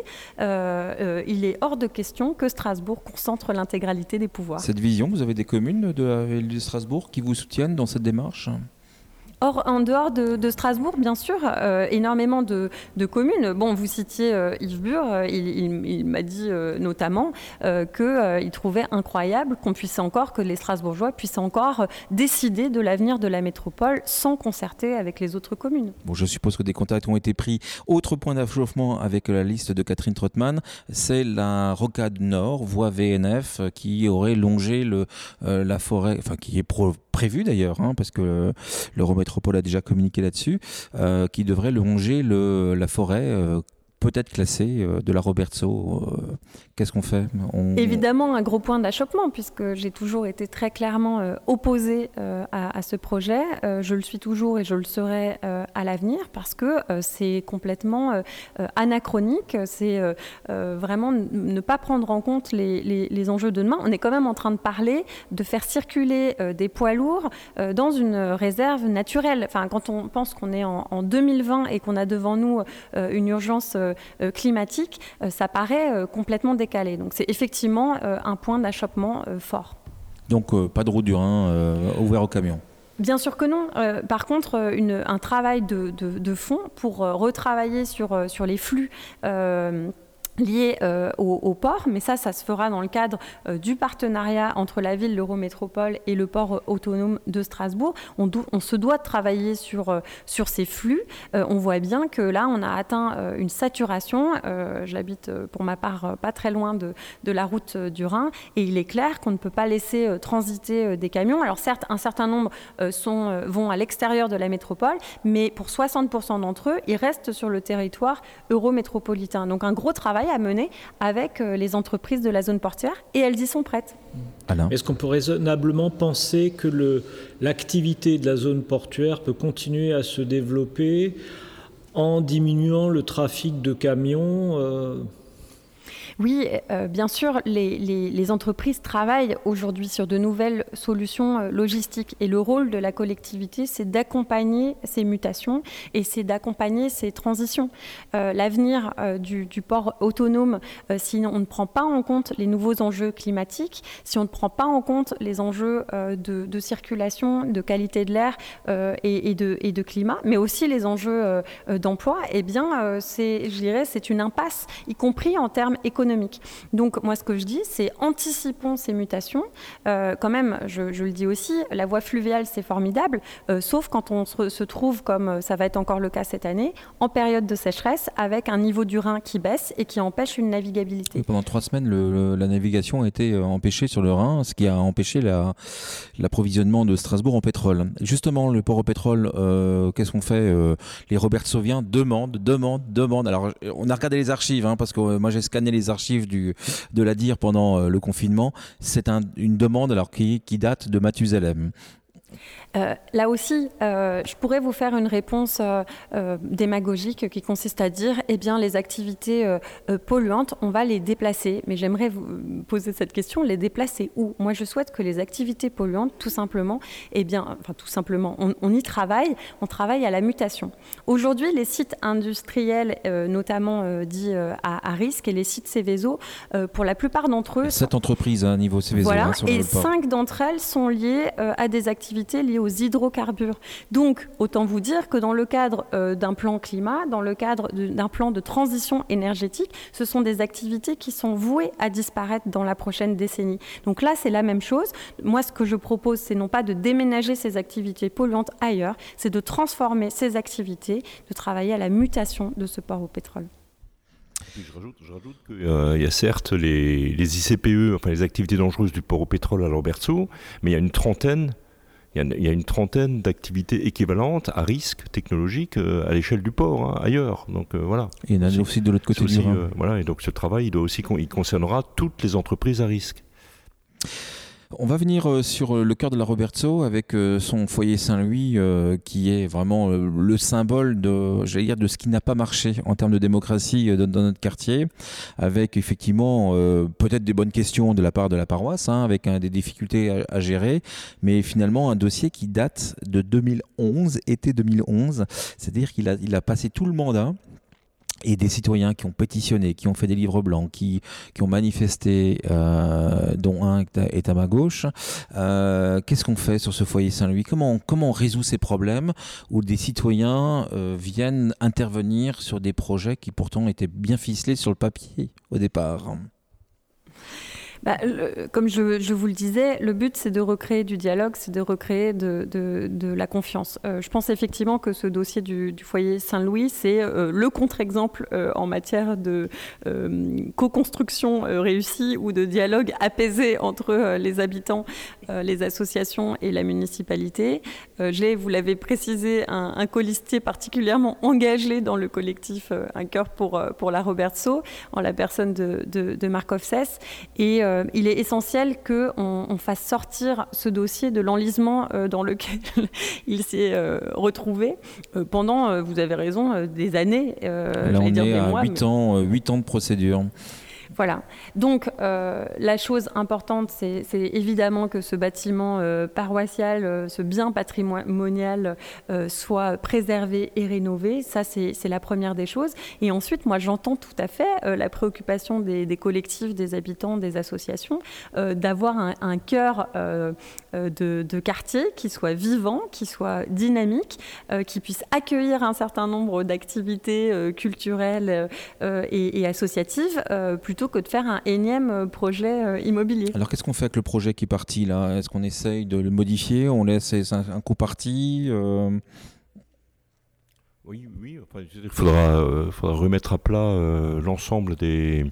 Il est hors de question que Strasbourg concentre l'intégralité des pouvoirs.
Cette vision, vous avez des communes de la ville de Strasbourg qui vous soutiennent dans cette démarche ?
En dehors de Strasbourg, bien sûr, énormément de communes. Bon, vous citiez Yves Bure, il m'a dit notamment qu'il trouvait incroyable que les Strasbourgeois puissent encore décider de l'avenir de la métropole sans concerter avec les autres communes.
Bon, je suppose que des contacts ont été pris. Autre point d'affrontement avec la liste de Catherine Trottmann, c'est la Rocade Nord, voie VNF, qui aurait longé la forêt, enfin qui est prévu d'ailleurs, parce que l'Eurométropole a déjà communiqué là-dessus, qui devrait longer la forêt peut-être classée de la Robertso. Qu'est-ce qu'on fait ?
Évidemment, un gros point d'achoppement, puisque j'ai toujours été très clairement opposée à ce projet. Je le suis toujours et je le serai à l'avenir, parce que c'est complètement anachronique. C'est vraiment ne pas prendre en compte les enjeux de demain. On est quand même en train de parler de faire circuler des poids lourds dans une réserve naturelle. Enfin, quand on pense qu'on est en 2020 et qu'on a devant nous une urgence climatique, ça paraît complètement décalé. Donc c'est effectivement un point d'achoppement fort.
Donc pas de route du Rhin ouvert aux camions ?
Bien sûr que non. Par contre, un travail de fond pour retravailler sur les flux liés au port, mais ça se fera dans le cadre du partenariat entre la ville, l'Eurométropole et le port autonome de Strasbourg. On se doit de travailler sur ces flux. On voit bien que là, on a atteint une saturation. J'habite pour ma part pas très loin de la route du Rhin et il est clair qu'on ne peut pas laisser transiter des camions. Alors certes, un certain nombre vont à l'extérieur de la métropole, mais pour 60% d'entre eux, ils restent sur le territoire eurométropolitain. Donc un gros travail à mener avec les entreprises de la zone portuaire et elles y sont prêtes.
Alain.
Est-ce qu'on peut raisonnablement penser que l'activité de la zone portuaire peut continuer à se développer en diminuant le trafic de camions
Oui, bien sûr, les entreprises travaillent aujourd'hui sur de nouvelles solutions logistiques et le rôle de la collectivité, c'est d'accompagner ces mutations et c'est d'accompagner ces transitions. L'avenir du port autonome, si on ne prend pas en compte les nouveaux enjeux climatiques, si on ne prend pas en compte les enjeux de circulation, de qualité de l'air et de climat, mais aussi les enjeux d'emploi, eh bien, c'est une impasse, y compris en termes économiques. Donc, moi, ce que je dis, c'est anticipons ces mutations. Quand même, je le dis aussi, la voie fluviale, c'est formidable, sauf quand on se trouve, comme ça va être encore le cas cette année, en période de sécheresse, avec un niveau du Rhin qui baisse et qui empêche une navigabilité.
Et pendant 3 semaines, la navigation a été empêchée sur le Rhin, ce qui a empêché l'approvisionnement de Strasbourg en pétrole. Justement, le port au pétrole, qu'est-ce qu'on fait Les Robertsoviens demandent. Alors, on a regardé les archives, parce que moi j'ai scanné les archives de la DIR pendant le confinement. C'est une demande qui date de Mathusalem.
Là aussi, je pourrais vous faire une réponse démagogique qui consiste à dire, eh bien, les activités polluantes, on va les déplacer. Mais j'aimerais vous poser cette question, les déplacer où ? Moi, je souhaite que les activités polluantes, tout simplement, on y travaille, on travaille à la mutation. Aujourd'hui, les sites industriels, notamment dits à risque, et les sites Seveso, pour la plupart d'entre eux...
7 entreprises à niveau Seveso.
Voilà,
sur
et
le port.
5 d'entre elles sont liées à des activités liées aux hydrocarbures. Donc, autant vous dire que dans le cadre d'un plan climat, dans le cadre d'un plan de transition énergétique, ce sont des activités qui sont vouées à disparaître dans la prochaine décennie. Donc là, c'est la même chose. Moi, ce que je propose, c'est non pas de déménager ces activités polluantes ailleurs, c'est de transformer ces activités, de travailler à la mutation de ce port au pétrole.
Je rajoute qu'il y a certes les ICPE, enfin les activités dangereuses du port au pétrole à Lambertseau, mais il y a une trentaine d'activités équivalentes à risque technologique à l'échelle du port, ailleurs. Donc voilà.
Et il y en a aussi de l'autre côté du Rhin.
Voilà, et donc ce travail, il concernera toutes les entreprises à risque.
On va venir sur le cœur de la Robertso avec son foyer Saint-Louis qui est vraiment le symbole de ce qui n'a pas marché en termes de démocratie dans notre quartier, avec effectivement peut-être des bonnes questions de la part de la paroisse, avec des difficultés à gérer, mais finalement un dossier qui date de 2011, été 2011, c'est-à-dire qu'il a passé tout le mandat. Et des citoyens qui ont pétitionné, qui ont fait des livres blancs, qui ont manifesté, dont un est à ma gauche. Qu'est-ce qu'on fait sur ce foyer Saint-Louis ? Comment on résout ces problèmes où des citoyens viennent intervenir sur des projets qui pourtant étaient bien ficelés sur le papier au départ ?
Comme je vous le disais, le but, c'est de recréer du dialogue, c'est de recréer de la confiance. Je pense effectivement que ce dossier du foyer Saint-Louis, c'est le contre-exemple en matière de co-construction réussie ou de dialogue apaisé entre les habitants, les associations et la municipalité. J'ai, vous l'avez précisé, un colistier particulièrement engagé dans le collectif Un cœur pour la Robertso, en la personne de Marc Offsès. Et il est essentiel qu'on fasse sortir ce dossier de l'enlisement dans lequel il s'est retrouvé pendant, vous avez raison, des années.
Là, on est à 8 ans de procédure.
Voilà. Donc, la chose importante, c'est évidemment que ce bâtiment paroissial, ce bien patrimonial soit préservé et rénové. Ça, c'est la première des choses. Et ensuite, moi, j'entends tout à fait la préoccupation des collectifs, des habitants, des associations, d'avoir un cœur de quartier qui soit vivant, qui soit dynamique, qui puisse accueillir un certain nombre d'activités culturelles et associatives, plutôt que de faire un énième projet immobilier. Alors
qu'est-ce qu'on fait avec le projet qui est parti là ? Est-ce qu'on essaye de le modifier ? On laisse un coup parti
Oui. Enfin, il faudra remettre à plat l'ensemble du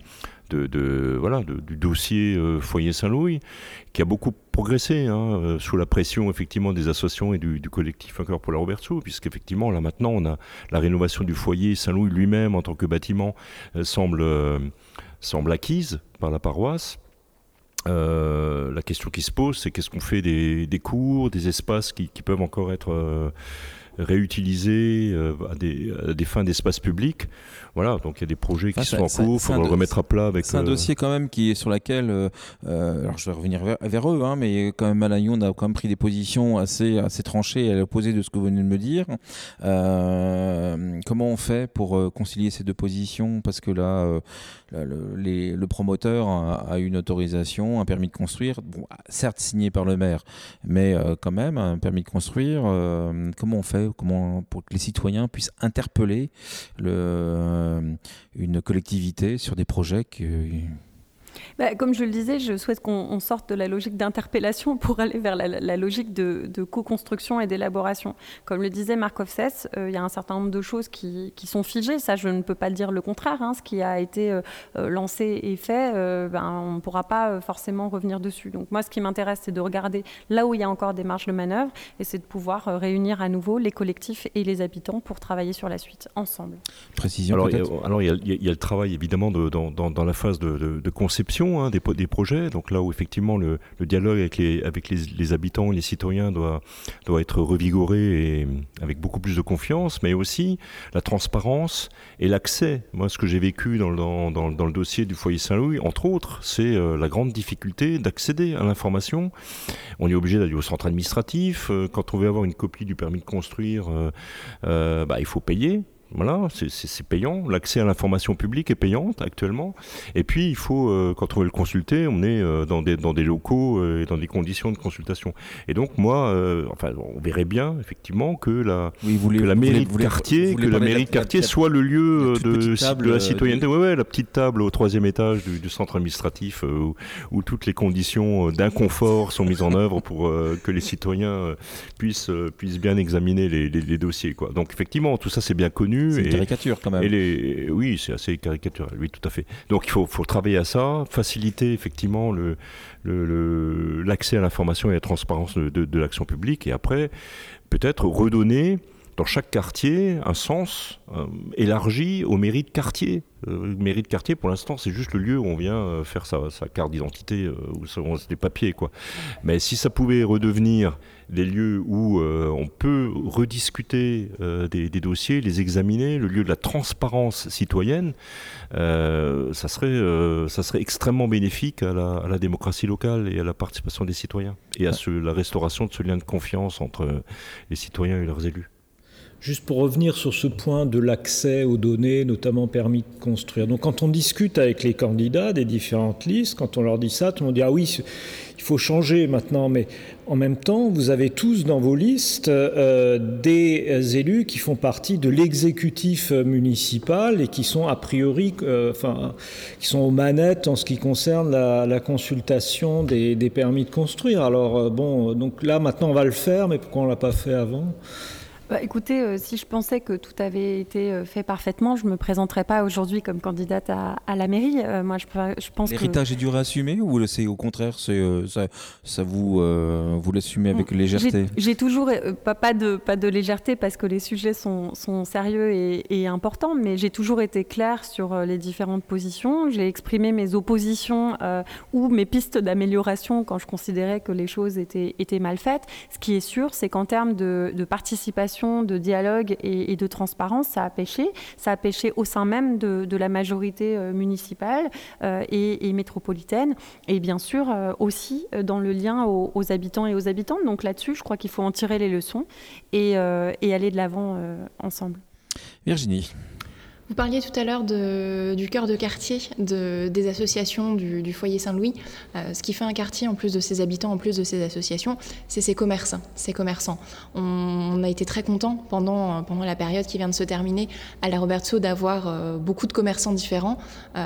dossier foyer Saint-Louis, qui a beaucoup progressé sous la pression effectivement des associations et du collectif Un cœur pour la Robertso, puisqu'effectivement là maintenant on a la rénovation du foyer Saint-Louis lui-même en tant que bâtiment semble acquise par la paroisse. La question qui se pose, c'est qu'est-ce qu'on fait des cours, des espaces qui peuvent encore être réutilisés à des fins d'espace public. Voilà, donc il y a des projets qui sont en cours, il faudra le remettre à plat avec...
C'est un dossier quand même qui est sur laquel, alors je vais revenir vers eux, mais quand même Alain Youn a quand même pris des positions assez tranchées à l'opposé de ce que vous venez de me dire. Comment on fait pour concilier ces deux positions? Parce que là, le promoteur a une autorisation, un permis de construire, bon, certes signé par le maire, mais quand même un permis de construire. Comment on fait pour que les citoyens puissent interpeller une collectivité sur des projets
Comme je le disais, je souhaite qu'on sorte de la logique d'interpellation pour aller vers la logique de co-construction et d'élaboration. Comme le disait Marc Offsès, il y a un certain nombre de choses qui sont figées. Ça, je ne peux pas dire le contraire. Ce qui a été lancé et fait, on ne pourra pas forcément revenir dessus. Donc moi, ce qui m'intéresse, c'est de regarder là où il y a encore des marges de manœuvre, et c'est de pouvoir réunir à nouveau les collectifs et les habitants pour travailler sur la suite ensemble.
Précision peut-être.
Alors il y a le travail évidemment dans la phase de conception des projets, donc là où effectivement le dialogue avec les habitants et les citoyens doit être revigoré et avec beaucoup plus de confiance, mais aussi la transparence et l'accès. Moi, ce que j'ai vécu dans le dossier du foyer Saint-Louis, entre autres, c'est la grande difficulté d'accéder à l'information. On est obligé d'aller au centre administratif. Quand on veut avoir une copie du permis de construire, il faut payer. Voilà, c'est payant. L'accès à l'information publique est payante actuellement. Et puis, il faut, quand on veut le consulter, on est dans des locaux et dans des conditions de consultation. Et donc, moi, on verrait bien, effectivement, que la mairie de quartier soit le lieu de la citoyenneté. La petite table au 3e étage du centre administratif où toutes les conditions d'inconfort sont mises en œuvre pour que les citoyens puissent bien examiner les dossiers, quoi. Donc, effectivement, tout ça, c'est bien connu.
C'est une caricature quand même.
Oui, c'est assez caricatural, oui, tout à fait. Donc il faut travailler à ça, faciliter effectivement l'accès à l'information et à la transparence de l'action publique, et après peut-être redonner dans chaque quartier un sens élargi aux mairies de quartier. Mairie de quartier, pour l'instant, c'est juste le lieu où on vient faire sa carte d'identité ou des papiers, quoi. Mais si ça pouvait redevenir des lieux où on peut rediscuter des dossiers, les examiner, le lieu de la transparence citoyenne, ça serait extrêmement bénéfique à la démocratie locale et à la participation des citoyens et à la restauration de ce lien de confiance entre les citoyens et leurs élus.
Juste pour revenir sur ce point de l'accès aux données, notamment permis de construire. Donc quand on discute avec les candidats des différentes listes, quand on leur dit ça, tout le monde dit « Ah oui, il faut changer maintenant ». Mais en même temps, vous avez tous dans vos listes des élus qui font partie de l'exécutif municipal et qui sont a priori, qui sont aux manettes en ce qui concerne la consultation des permis de construire. Alors donc là maintenant on va le faire, mais pourquoi on ne l'a pas fait avant ?
Écoutez, si je pensais que tout avait été fait parfaitement, je ne me présenterais pas aujourd'hui comme candidate à la mairie. Moi, je pense
L'héritage est dur à assumer, ou c'est au contraire, ça vous l'assumez avec légèreté ?
J'ai toujours, pas de légèreté parce que les sujets sont sérieux et importants, mais j'ai toujours été claire sur les différentes positions. J'ai exprimé mes oppositions ou mes pistes d'amélioration quand je considérais que les choses étaient mal faites. Ce qui est sûr, c'est qu'en termes de participation, de dialogue et de transparence, ça a pêché. Ça a pêché au sein même de la majorité municipale et métropolitaine, et bien sûr aussi dans le lien aux habitants et aux habitantes. Donc là-dessus, je crois qu'il faut en tirer les leçons et aller de l'avant ensemble.
Virginie.
Vous parliez tout à l'heure du cœur de quartier des associations du foyer Saint-Louis. Ce qui fait un quartier, en plus de ses habitants, en plus de ses associations, c'est ses commerçants. On a été très contents pendant la période qui vient de se terminer à la Robertsau d'avoir beaucoup de commerçants différents.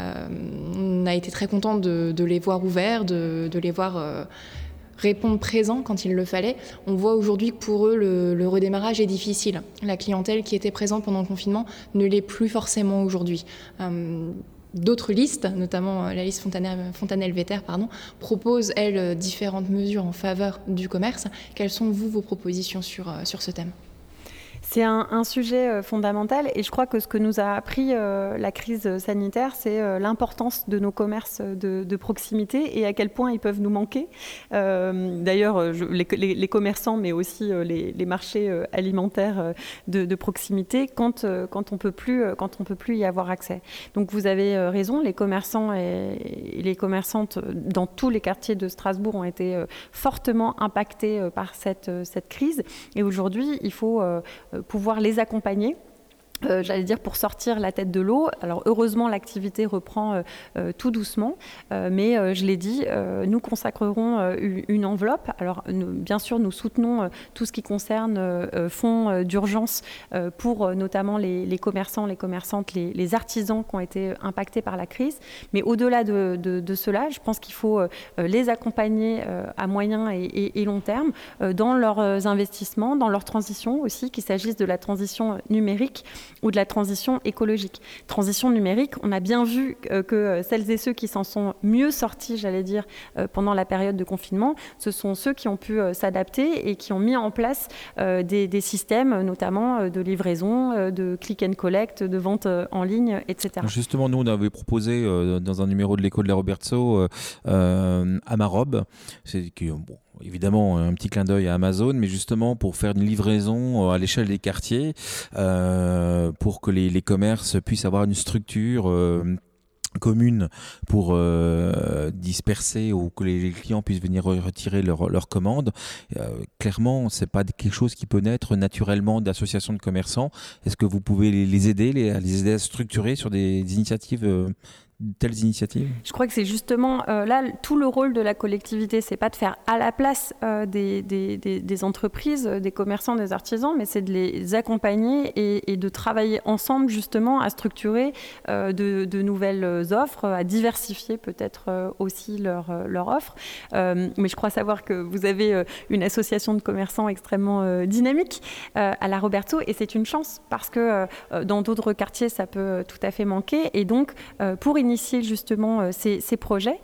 On a été très contents de les voir ouverts, de les voir répondre présent quand il le fallait. On voit aujourd'hui que pour eux, le redémarrage est difficile. La clientèle qui était présente pendant le confinement ne l'est plus forcément aujourd'hui. D'autres listes, notamment la liste Fontanelle-Vetter, proposent, elles, différentes mesures en faveur du commerce. Quelles sont, vos propositions sur ce thème ?
C'est un sujet fondamental et je crois que ce que nous a appris la crise sanitaire, c'est l'importance de nos commerces de proximité et à quel point ils peuvent nous manquer. D'ailleurs, les commerçants, mais aussi les marchés alimentaires de proximité, quand on peut plus y avoir accès. Donc vous avez raison, les commerçants et les commerçantes dans tous les quartiers de Strasbourg ont été fortement impactés par cette crise. Et aujourd'hui, il faut pouvoir les accompagner. J'allais dire pour sortir la tête de l'eau. Alors heureusement l'activité reprend tout doucement, mais je l'ai dit, nous consacrerons une enveloppe. Alors bien sûr nous soutenons tout ce qui concerne fonds d'urgence pour notamment les commerçants, les commerçantes, les artisans qui ont été impactés par la crise. Mais au-delà de cela, je pense qu'il faut les accompagner à moyen et long terme dans leurs investissements, dans leur transition aussi, qu'il s'agisse de la transition numérique ou de la transition écologique. Transition numérique, on a bien vu que celles et ceux qui s'en sont mieux sortis, j'allais dire, pendant la période de confinement, ce sont ceux qui ont pu s'adapter et qui ont mis en place des systèmes, notamment de livraison, de click and collect, de vente en ligne, etc.
Justement, nous, on avait proposé dans un numéro de l'écho de la Robertso Amarob, c'est que, bon, évidemment un petit clin d'œil à Amazon, mais justement pour faire une livraison à l'échelle des quartiers, pour que les commerces puissent avoir une structure commune pour disperser ou que les clients puissent venir retirer leurs commandes. Clairement, c'est pas quelque chose qui peut naître naturellement d'associations de commerçants. Est-ce que vous pouvez les aider à structurer sur des initiatives telles initiatives? Je
crois que c'est justement là tout le rôle de la collectivité, c'est pas de faire à la place des entreprises, des commerçants, des artisans, mais c'est de les accompagner et de travailler ensemble justement à structurer de nouvelles offres, à diversifier peut-être aussi leur offre. Mais je crois savoir que vous avez une association de commerçants extrêmement dynamique à la Robertso et c'est une chance parce que dans d'autres quartiers ça peut tout à fait manquer et donc pour initier justement ces projets,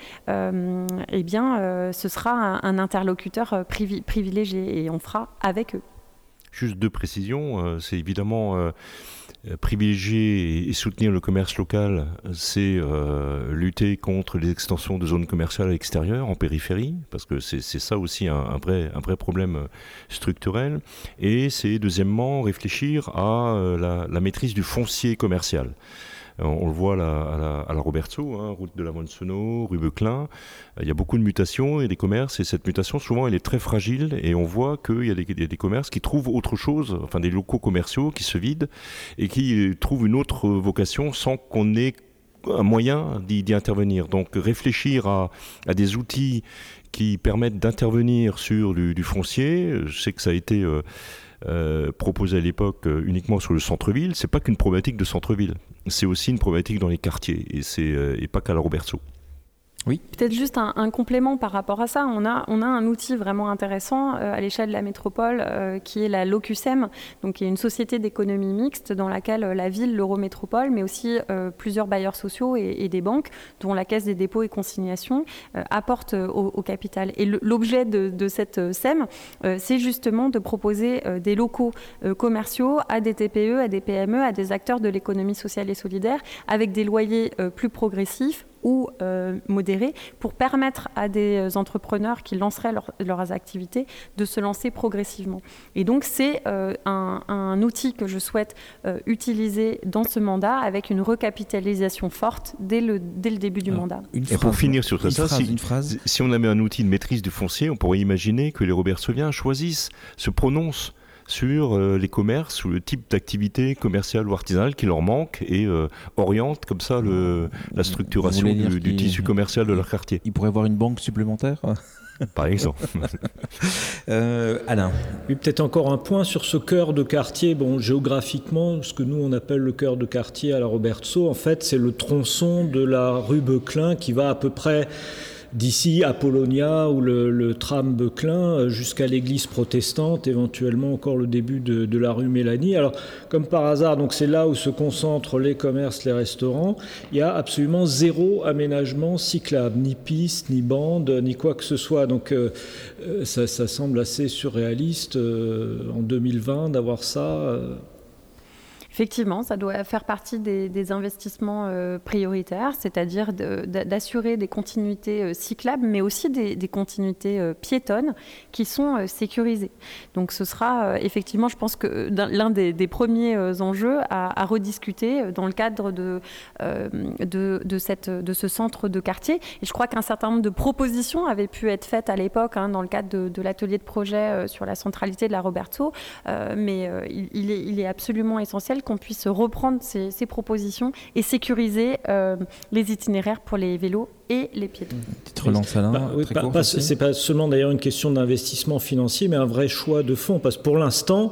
eh bien, ce sera un interlocuteur privilégié et on fera avec eux.
Juste deux précisions, c'est évidemment privilégier et soutenir le commerce local, c'est lutter contre les extensions de zones commerciales à l'extérieur, en périphérie, parce que c'est ça aussi un vrai problème structurel. Et c'est deuxièmement réfléchir à la maîtrise du foncier commercial. On le voit à la Robertso, route de la Monsenot, rue Beuclin. Il y a beaucoup de mutations et des commerces, et cette mutation, souvent, elle est très fragile. Et on voit qu'il y a des commerces qui trouvent autre chose, enfin des locaux commerciaux qui se vident et qui trouvent une autre vocation sans qu'on ait un moyen d'y intervenir. Donc réfléchir à des outils qui permettent d'intervenir sur du foncier. Je sais que ça a été proposé à l'époque uniquement sur le centre-ville. C'est pas qu'une problématique de centre-ville, c'est aussi une problématique dans les quartiers et pas qu'à la Robertso.
Oui. Peut-être juste un complément par rapport à ça. On a un outil vraiment intéressant à l'échelle de la métropole qui est la LOCUSEM, donc qui est une société d'économie mixte dans laquelle la ville, l'Eurométropole, mais aussi plusieurs bailleurs sociaux et des banques, dont la Caisse des dépôts et consignations, apportent au capital. Et l'objet de cette SEM, c'est justement de proposer des locaux commerciaux à des TPE, à des PME, à des acteurs de l'économie sociale et solidaire, avec des loyers plus progressifs ou modérés pour permettre à des entrepreneurs qui lanceraient leurs activités de se lancer progressivement. Et donc c'est un outil que je souhaite utiliser dans ce mandat avec une recapitalisation forte dès le début du mandat.
Et pour finir sur ça, si on avait un outil de maîtrise du foncier, on pourrait imaginer que les Robertsoviens choisissent, se prononcent sur les commerces ou le type d'activité commerciale ou artisanale qui leur manque et orientent comme ça la structuration du tissu commercial de leur quartier.
Il pourrait y avoir une banque supplémentaire
par exemple.
Alain.
Oui, peut-être encore un point sur ce cœur de quartier. Bon, géographiquement, ce que nous on appelle le cœur de quartier à la Robertso, en fait, c'est le tronçon de la rue Beuclin qui va à peu près d'ici Apollonia ou le tram Beuclin jusqu'à l'église protestante, éventuellement encore le début de la rue Mélanie. Alors, comme par hasard, donc c'est là où se concentrent les commerces, les restaurants. Il y a absolument zéro aménagement cyclable, ni piste, ni bande, ni quoi que ce soit. Donc, ça semble assez surréaliste en 2020 d'avoir ça.
Effectivement, ça doit faire partie des investissements prioritaires, c'est-à-dire d'assurer des continuités cyclables, mais aussi des continuités piétonnes qui sont sécurisées. Donc ce sera effectivement, je pense que l'un des premiers enjeux à rediscuter dans le cadre de ce centre de quartier. Et je crois qu'un certain nombre de propositions avaient pu être faites à l'époque dans le cadre de l'atelier de projet sur la centralité de la Robertsau, mais il est absolument essentiel qu'on puisse reprendre ces propositions et sécuriser les itinéraires pour les vélos et les piétons.
Petite relance, Alain,
c'est pas seulement d'ailleurs une question d'investissement financier, mais un vrai choix de fond, parce que pour l'instant,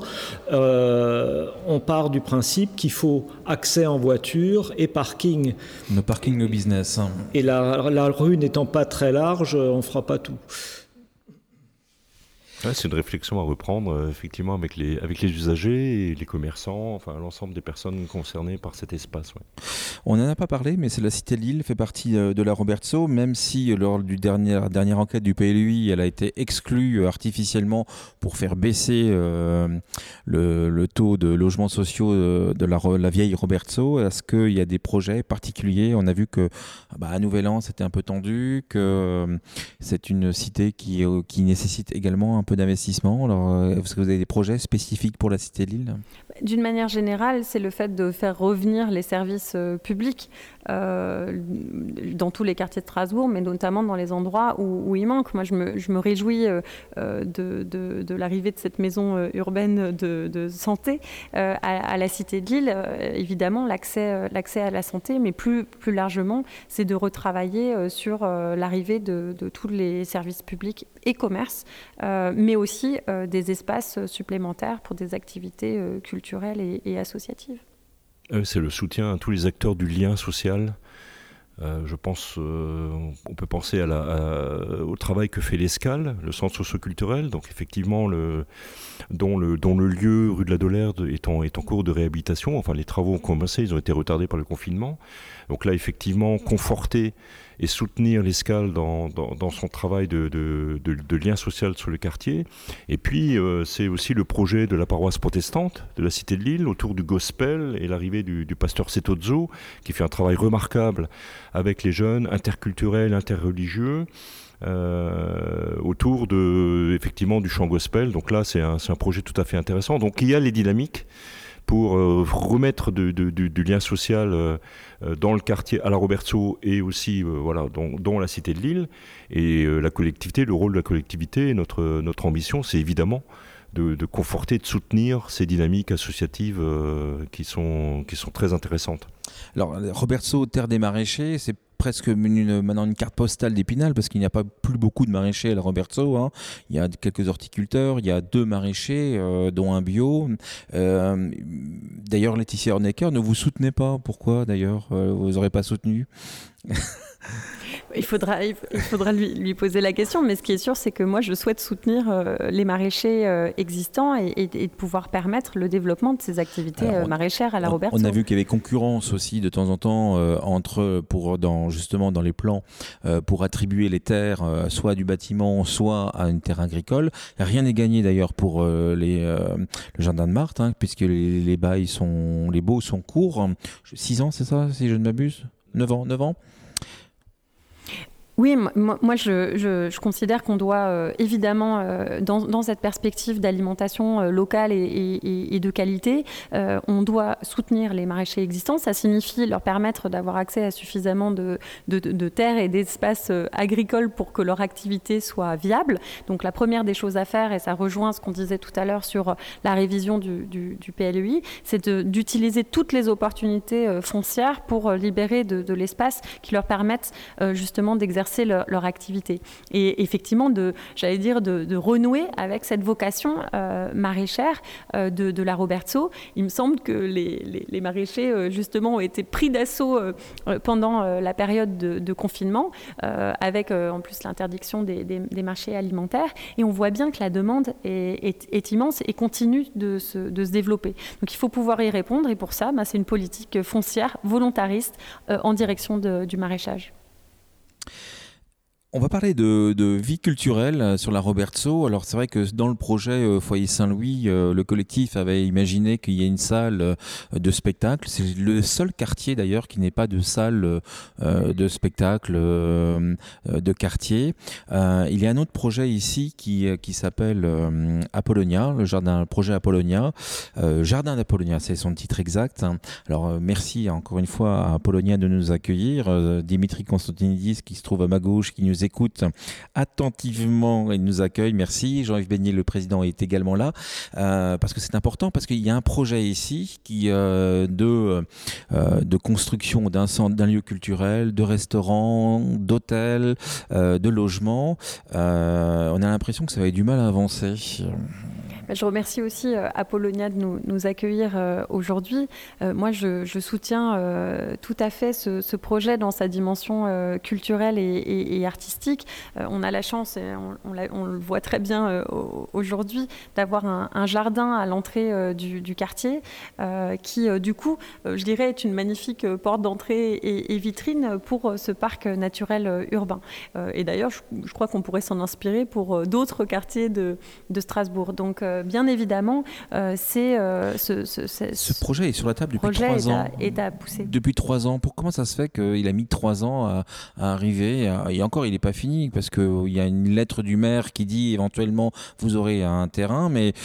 on part du principe qu'il faut accès en voiture et parking.
No parking, no business.
Et la rue n'étant pas très large, on ne fera pas tout.
Ouais, c'est une réflexion à reprendre effectivement avec les usagers et les commerçants, enfin l'ensemble des personnes concernées par cet espace. Ouais.
On n'en a pas parlé, mais c'est la Cité de Lille, fait partie de la Robertsau, même si lors du dernière enquête du PLUI, elle a été exclue artificiellement pour faire baisser le taux de logements sociaux de la vieille Robertsau. Est-ce qu'il y a des projets particuliers ? On a vu que à Nouvel An, c'était un peu tendu, que c'est une cité qui nécessite également un peu d'investissement. Alors, est-ce que vous avez des projets spécifiques pour la Cité de Lille ?
D'une manière générale, c'est le fait de faire revenir les services publics dans tous les quartiers de Strasbourg, mais notamment dans les endroits où il manque. Moi, je me réjouis de l'arrivée de cette maison urbaine de santé à la Cité de Lille. Évidemment, l'accès à la santé, mais plus largement, c'est de retravailler sur l'arrivée de tous les services publics et commerces, mais aussi des espaces supplémentaires pour des activités culturelles et associatives.
C'est le soutien à tous les acteurs du lien social. Je pense, on peut penser au travail que fait l'Escale, le centre socio-culturel, donc effectivement dont le lieu rue de la Dolerde est en cours de réhabilitation. Enfin, les travaux ont commencé, ils ont été retardés par le confinement. Donc là, effectivement, conforter et soutenir l'Escale dans son travail de lien social sur le quartier. Et puis, c'est aussi le projet de la paroisse protestante de la Cité de Lille autour du gospel et l'arrivée du pasteur Setozzo, qui fait un travail remarquable avec les jeunes, interculturels, interreligieux, autour effectivement du chant gospel. Donc là, c'est un projet tout à fait intéressant. Donc il y a les dynamiques pour remettre du lien social dans le quartier à la Robertsau et aussi dans la Cité de Lille. Et la collectivité, le rôle de la collectivité, notre ambition, c'est évidemment de conforter, de soutenir ces dynamiques associatives qui sont très intéressantes.
Alors, Robertsau, terre des maraîchers, c'est presque maintenant une carte postale d'Épinal, parce qu'il n'y a pas plus beaucoup de maraîchers à la Robertsau. Hein. Il y a quelques horticulteurs, il y a 2 maraîchers, dont un bio. D'ailleurs, Laetitia Hornecker, ne vous soutenez pas. Pourquoi, d'ailleurs vous n'aurez pas soutenu?
Il faudra lui poser la question, mais ce qui est sûr, c'est que moi, je souhaite soutenir les maraîchers existants et de pouvoir permettre le développement de ces activités maraîchères à la Robertsau.
On a vu qu'il y avait concurrence aussi de temps en temps justement dans les plans pour attribuer les terres soit à du bâtiment, soit à une terre agricole. Rien n'est gagné d'ailleurs pour le jardin de Marthe, hein, puisque les baux sont courts. 6 ans, c'est ça, si je ne m'abuse? 9 ans.
Oui, moi je considère qu'on doit évidemment, dans cette perspective d'alimentation locale et de qualité, on doit soutenir les maraîchers existants. Ça signifie leur permettre d'avoir accès à suffisamment de terres et d'espaces agricoles pour que leur activité soit viable. Donc la première des choses à faire, et ça rejoint ce qu'on disait tout à l'heure sur la révision du PLUI, c'est d'utiliser toutes les opportunités foncières pour libérer de l'espace qui leur permettent justement d'exercer exercer leur activité. Et effectivement, de renouer avec cette vocation maraîchère de la Robertsau. Il me semble que les maraîchers, justement, ont été pris d'assaut pendant la période de confinement, avec en plus l'interdiction des marchés alimentaires. Et on voit bien que la demande est immense et continue de se développer. Donc il faut pouvoir y répondre, et pour ça, c'est une politique foncière, volontariste, en direction du maraîchage.
On va parler de vie culturelle sur la Robertsau. Alors c'est vrai que dans le projet Foyer Saint-Louis, le collectif avait imaginé qu'il y ait une salle de spectacle. C'est le seul quartier d'ailleurs qui n'ait pas de salle de spectacle de quartier. Il y a un autre projet ici qui s'appelle Apollonia, le projet Apollonia. Jardin d'Apollonia, c'est son titre exact. Alors merci encore une fois à Apollonia de nous accueillir. Dimitri Constantinidis qui se trouve à ma gauche, qui nous écoute attentivement et nous accueille. Merci. Jean-Yves Beignet, le président, est également là parce que c'est important, parce qu'il y a un projet ici de construction d'un lieu culturel, de restaurant, d'hôtel, de logement. On a l'impression que ça va avoir du mal à avancer.
Je remercie aussi Apollonia de nous accueillir aujourd'hui. Moi, je soutiens tout à fait ce projet dans sa dimension culturelle et artistique. On a la chance, et on le voit très bien aujourd'hui, d'avoir un jardin à l'entrée du quartier qui, du coup, je dirais, est une magnifique porte d'entrée et vitrine pour ce parc naturel urbain. Et d'ailleurs, je crois qu'on pourrait s'en inspirer pour d'autres quartiers de Strasbourg. Donc, bien évidemment,
ce projet est sur la table depuis 3 ans.
Est à pousser.
Depuis 3 ans. Comment ça se fait qu'il a mis 3 ans à arriver et encore, il n'est pas fini parce qu'il y a une lettre du maire qui dit éventuellement vous aurez un terrain, mais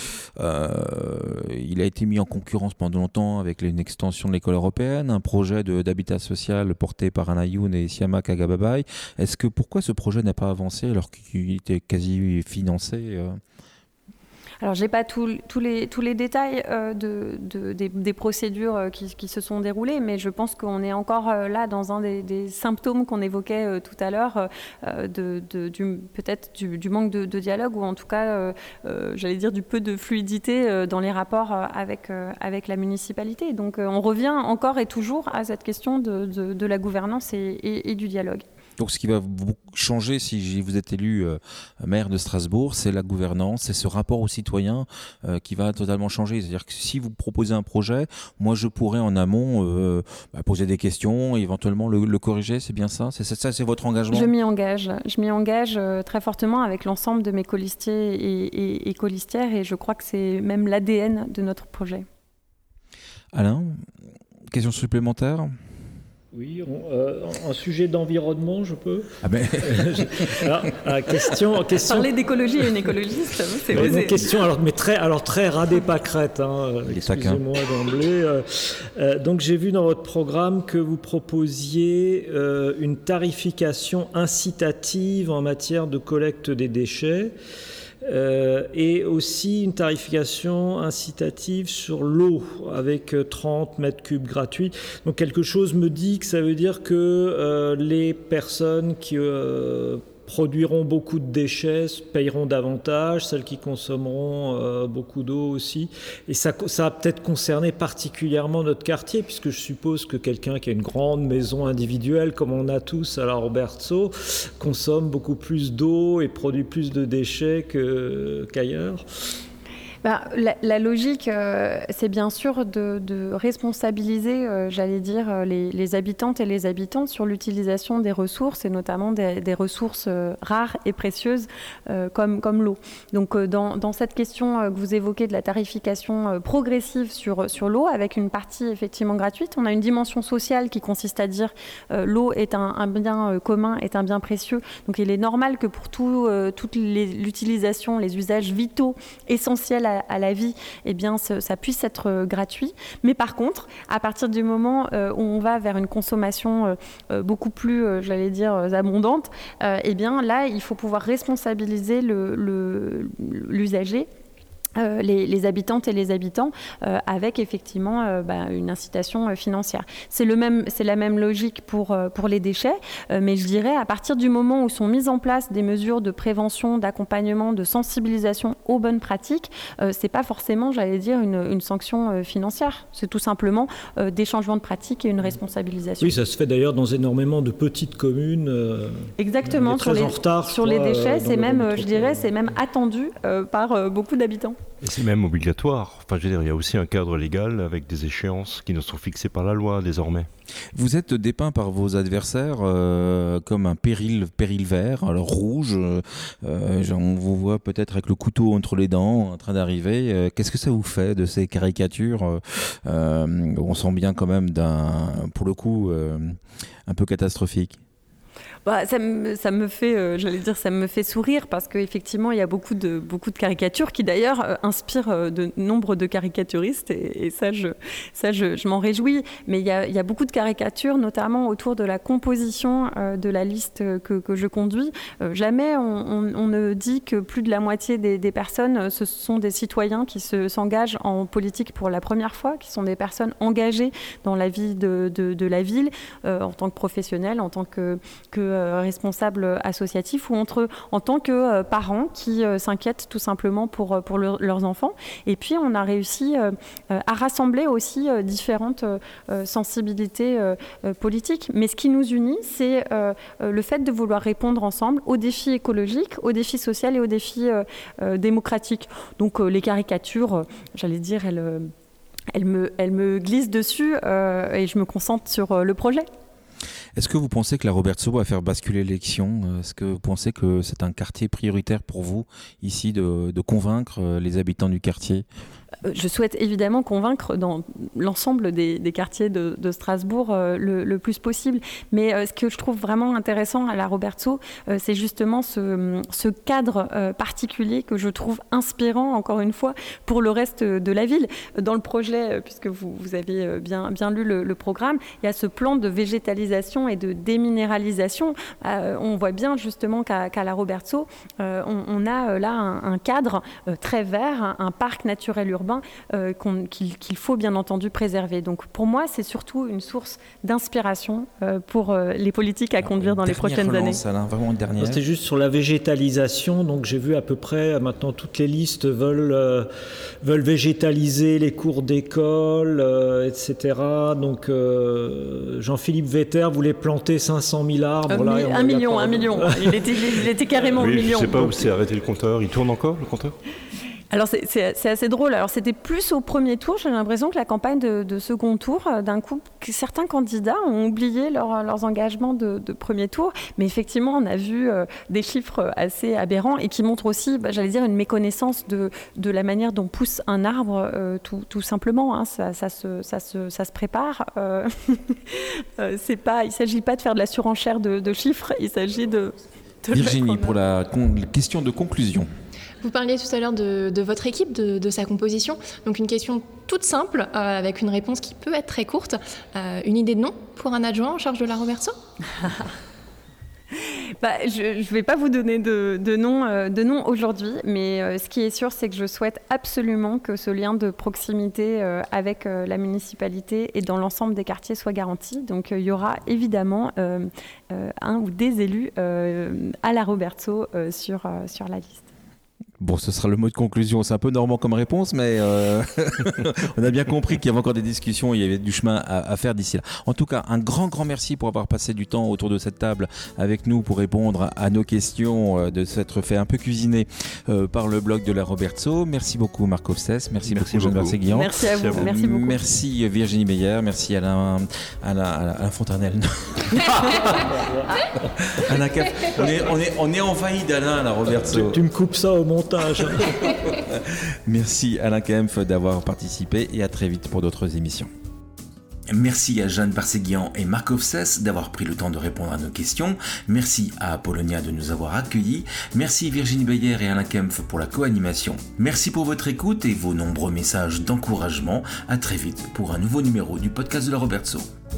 il a été mis en concurrence pendant longtemps avec une extension de l'école européenne, un projet d'habitat social porté par Anayoun et Siama Kagababai. Pourquoi ce projet n'a pas avancé alors qu'il était quasi financé
Alors, je n'ai pas tous les détails des procédures qui se sont déroulées, mais je pense qu'on est encore là dans un des symptômes qu'on évoquait tout à l'heure, peut-être du manque de dialogue, ou en tout cas, j'allais dire, du peu de fluidité dans les rapports avec la municipalité. Donc, on revient encore et toujours à cette question de la gouvernance et du dialogue.
Donc, ce qui va changer si vous êtes élu maire de Strasbourg, c'est la gouvernance, c'est ce rapport aux citoyens qui va totalement changer. C'est-à-dire que si vous proposez un projet, moi je pourrais en amont poser des questions, et éventuellement le corriger, c'est bien ça ? C'est votre engagement ?
Je m'y engage très fortement avec l'ensemble de mes colistiers et colistières, et je crois que c'est même l'ADN de notre projet.
Alain, question supplémentaire ?
Oui, un sujet d'environnement, je peux ?
Question. Parler d'écologie à une écologiste, c'est vrai.
Une question, très radée pâquerette, excusez-moi d'emblée. Donc j'ai vu dans votre programme que vous proposiez une tarification incitative en matière de collecte des déchets. Et aussi une tarification incitative sur l'eau avec 30 mètres cubes gratuits. Donc quelque chose me dit que ça veut dire que les personnes qui produiront beaucoup de déchets payeront davantage, celles qui consommeront beaucoup d'eau aussi. Et ça va peut-être concerner particulièrement notre quartier, puisque je suppose que quelqu'un qui a une grande maison individuelle, comme on a tous à la Robertsau, consomme beaucoup plus d'eau et produit plus de déchets qu'ailleurs.
La logique, c'est bien sûr de responsabiliser, les habitantes et les habitants sur l'utilisation des ressources, et notamment des ressources rares et précieuses comme l'eau. Donc, dans cette question que vous évoquez de la tarification progressive sur l'eau, avec une partie effectivement gratuite, on a une dimension sociale qui consiste à dire l'eau est un bien commun, est un bien précieux. Donc, il est normal que pour toute l'utilisation, les usages vitaux, essentiels à la vie, ça puisse être gratuit. Mais par contre, à partir du moment où on va vers une consommation beaucoup plus, abondante, là, il faut pouvoir responsabiliser l'usager les habitantes et les habitants avec effectivement une incitation financière. C'est la même logique pour les déchets, mais je dirais à partir du moment où sont mises en place des mesures de prévention, d'accompagnement, de sensibilisation aux bonnes pratiques, c'est pas forcément, j'allais dire, une sanction financière. C'est tout simplement des changements de pratiques et une responsabilisation.
Oui, ça se fait d'ailleurs dans énormément de petites communes.
Exactement, sur les déchets, c'est même, je dirais, c'est même attendu par beaucoup d'habitants.
Et c'est même obligatoire. Enfin, je veux dire, il y a aussi un cadre légal avec des échéances qui nous sont fixées par la loi désormais.
Vous êtes dépeint par vos adversaires comme un péril vert, alors rouge. On vous voit peut-être avec le couteau entre les dents en train d'arriver. Qu'est-ce que ça vous fait de ces caricatures on sent bien quand même pour le coup, un peu catastrophique.
Ça me fait, ça me fait sourire parce qu'effectivement, il y a beaucoup de caricatures qui d'ailleurs inspirent de nombre de caricaturistes et ça, je m'en réjouis. Mais il y a beaucoup de caricatures, notamment autour de la composition de la liste que je conduis. Jamais on ne dit que plus de la moitié des personnes, ce sont des citoyens qui s'engagent en politique pour la première fois, qui sont des personnes engagées dans la vie de la ville, en tant que professionnels, en tant que responsables associatifs ou en tant que parents qui s'inquiètent tout simplement pour leurs enfants. Et puis, on a réussi à rassembler aussi différentes sensibilités politiques. Mais ce qui nous unit, c'est le fait de vouloir répondre ensemble aux défis écologiques, aux défis sociaux et aux défis démocratiques. Donc, les caricatures, j'allais dire, elles me glissent dessus et je me concentre sur le projet.
Est-ce que vous pensez que la Robertsau va faire basculer l'élection ? Est-ce que vous pensez que c'est un quartier prioritaire pour vous, ici, de convaincre les habitants du quartier ?
Je souhaite évidemment convaincre dans l'ensemble des quartiers de Strasbourg le plus possible. Mais ce que je trouve vraiment intéressant à la Robertsau, c'est justement ce cadre particulier que je trouve inspirant, encore une fois, pour le reste de la ville. Dans le projet, puisque vous avez bien lu le programme, il y a ce plan de végétalisation et de déminéralisation. On voit bien justement qu'à la Robertsau, on a là un cadre très vert, un parc naturel urbain qu'il faut bien entendu préserver. Donc pour moi, c'est surtout une source d'inspiration pour les politiques à conduire dans les prochaines années.
Alain, vraiment une dernière.
C'était juste sur la végétalisation. Donc j'ai vu à peu près, maintenant toutes les listes veulent végétaliser les cours d'école, etc. Donc Jean-Philippe Vetter voulait planter 500 000 arbres.
Un million. Il était carrément
oui,
1 million.
Je ne sais pas où s'est arrêté le compteur. Il tourne encore, le compteur ?
Alors c'est assez drôle. Alors c'était plus au premier tour. J'ai l'impression que la campagne de second tour, d'un coup, certains candidats ont oublié leurs engagements de premier tour. Mais effectivement, on a vu des chiffres assez aberrants et qui montrent aussi, j'allais dire, une méconnaissance de la manière dont pousse un arbre, tout simplement. Hein. Ça se prépare. Il ne s'agit pas de faire de la surenchère de chiffres. Il s'agit de
Virginie, pour la question de conclusion.
Vous parliez tout à l'heure de votre équipe, de sa composition. Donc une question toute simple, avec une réponse qui peut être très courte. Une idée de nom pour un adjoint en charge de la Robertsau ?
Je ne vais pas vous donner de nom aujourd'hui, mais ce qui est sûr, c'est que je souhaite absolument que ce lien de proximité avec la municipalité et dans l'ensemble des quartiers soit garanti. Donc il y aura évidemment un ou des élus à la Robertsau sur la liste.
Bon, ce sera le mot de conclusion. C'est un peu normand comme réponse, mais on a bien compris qu'il y avait encore des discussions, il y avait du chemin à faire d'ici là. En tout cas, un grand merci pour avoir passé du temps autour de cette table avec nous pour répondre à nos questions, de s'être fait un peu cuisiner par le blog de la Robertsau. Merci beaucoup Marc Offsès, merci beaucoup Jeanne Barseguian.
Merci à vous, merci beaucoup.
Merci Virginie Meyer, merci Alain Fontanelle. Alain Cap, on est envahi d'Alain à la Robertsau.
Tu me coupes ça au montage.
Merci Alain Kempf d'avoir participé et à très vite pour d'autres émissions.
Merci à Jeanne Barseguian et Marc Offsès d'avoir pris le temps de répondre à nos questions. Merci à Apollonia de nous avoir accueillis. Merci Virginie Beyer et Alain Kempf pour la co-animation. Merci pour votre écoute et vos nombreux messages d'encouragement. À très vite pour un nouveau numéro du podcast de la Robertsau.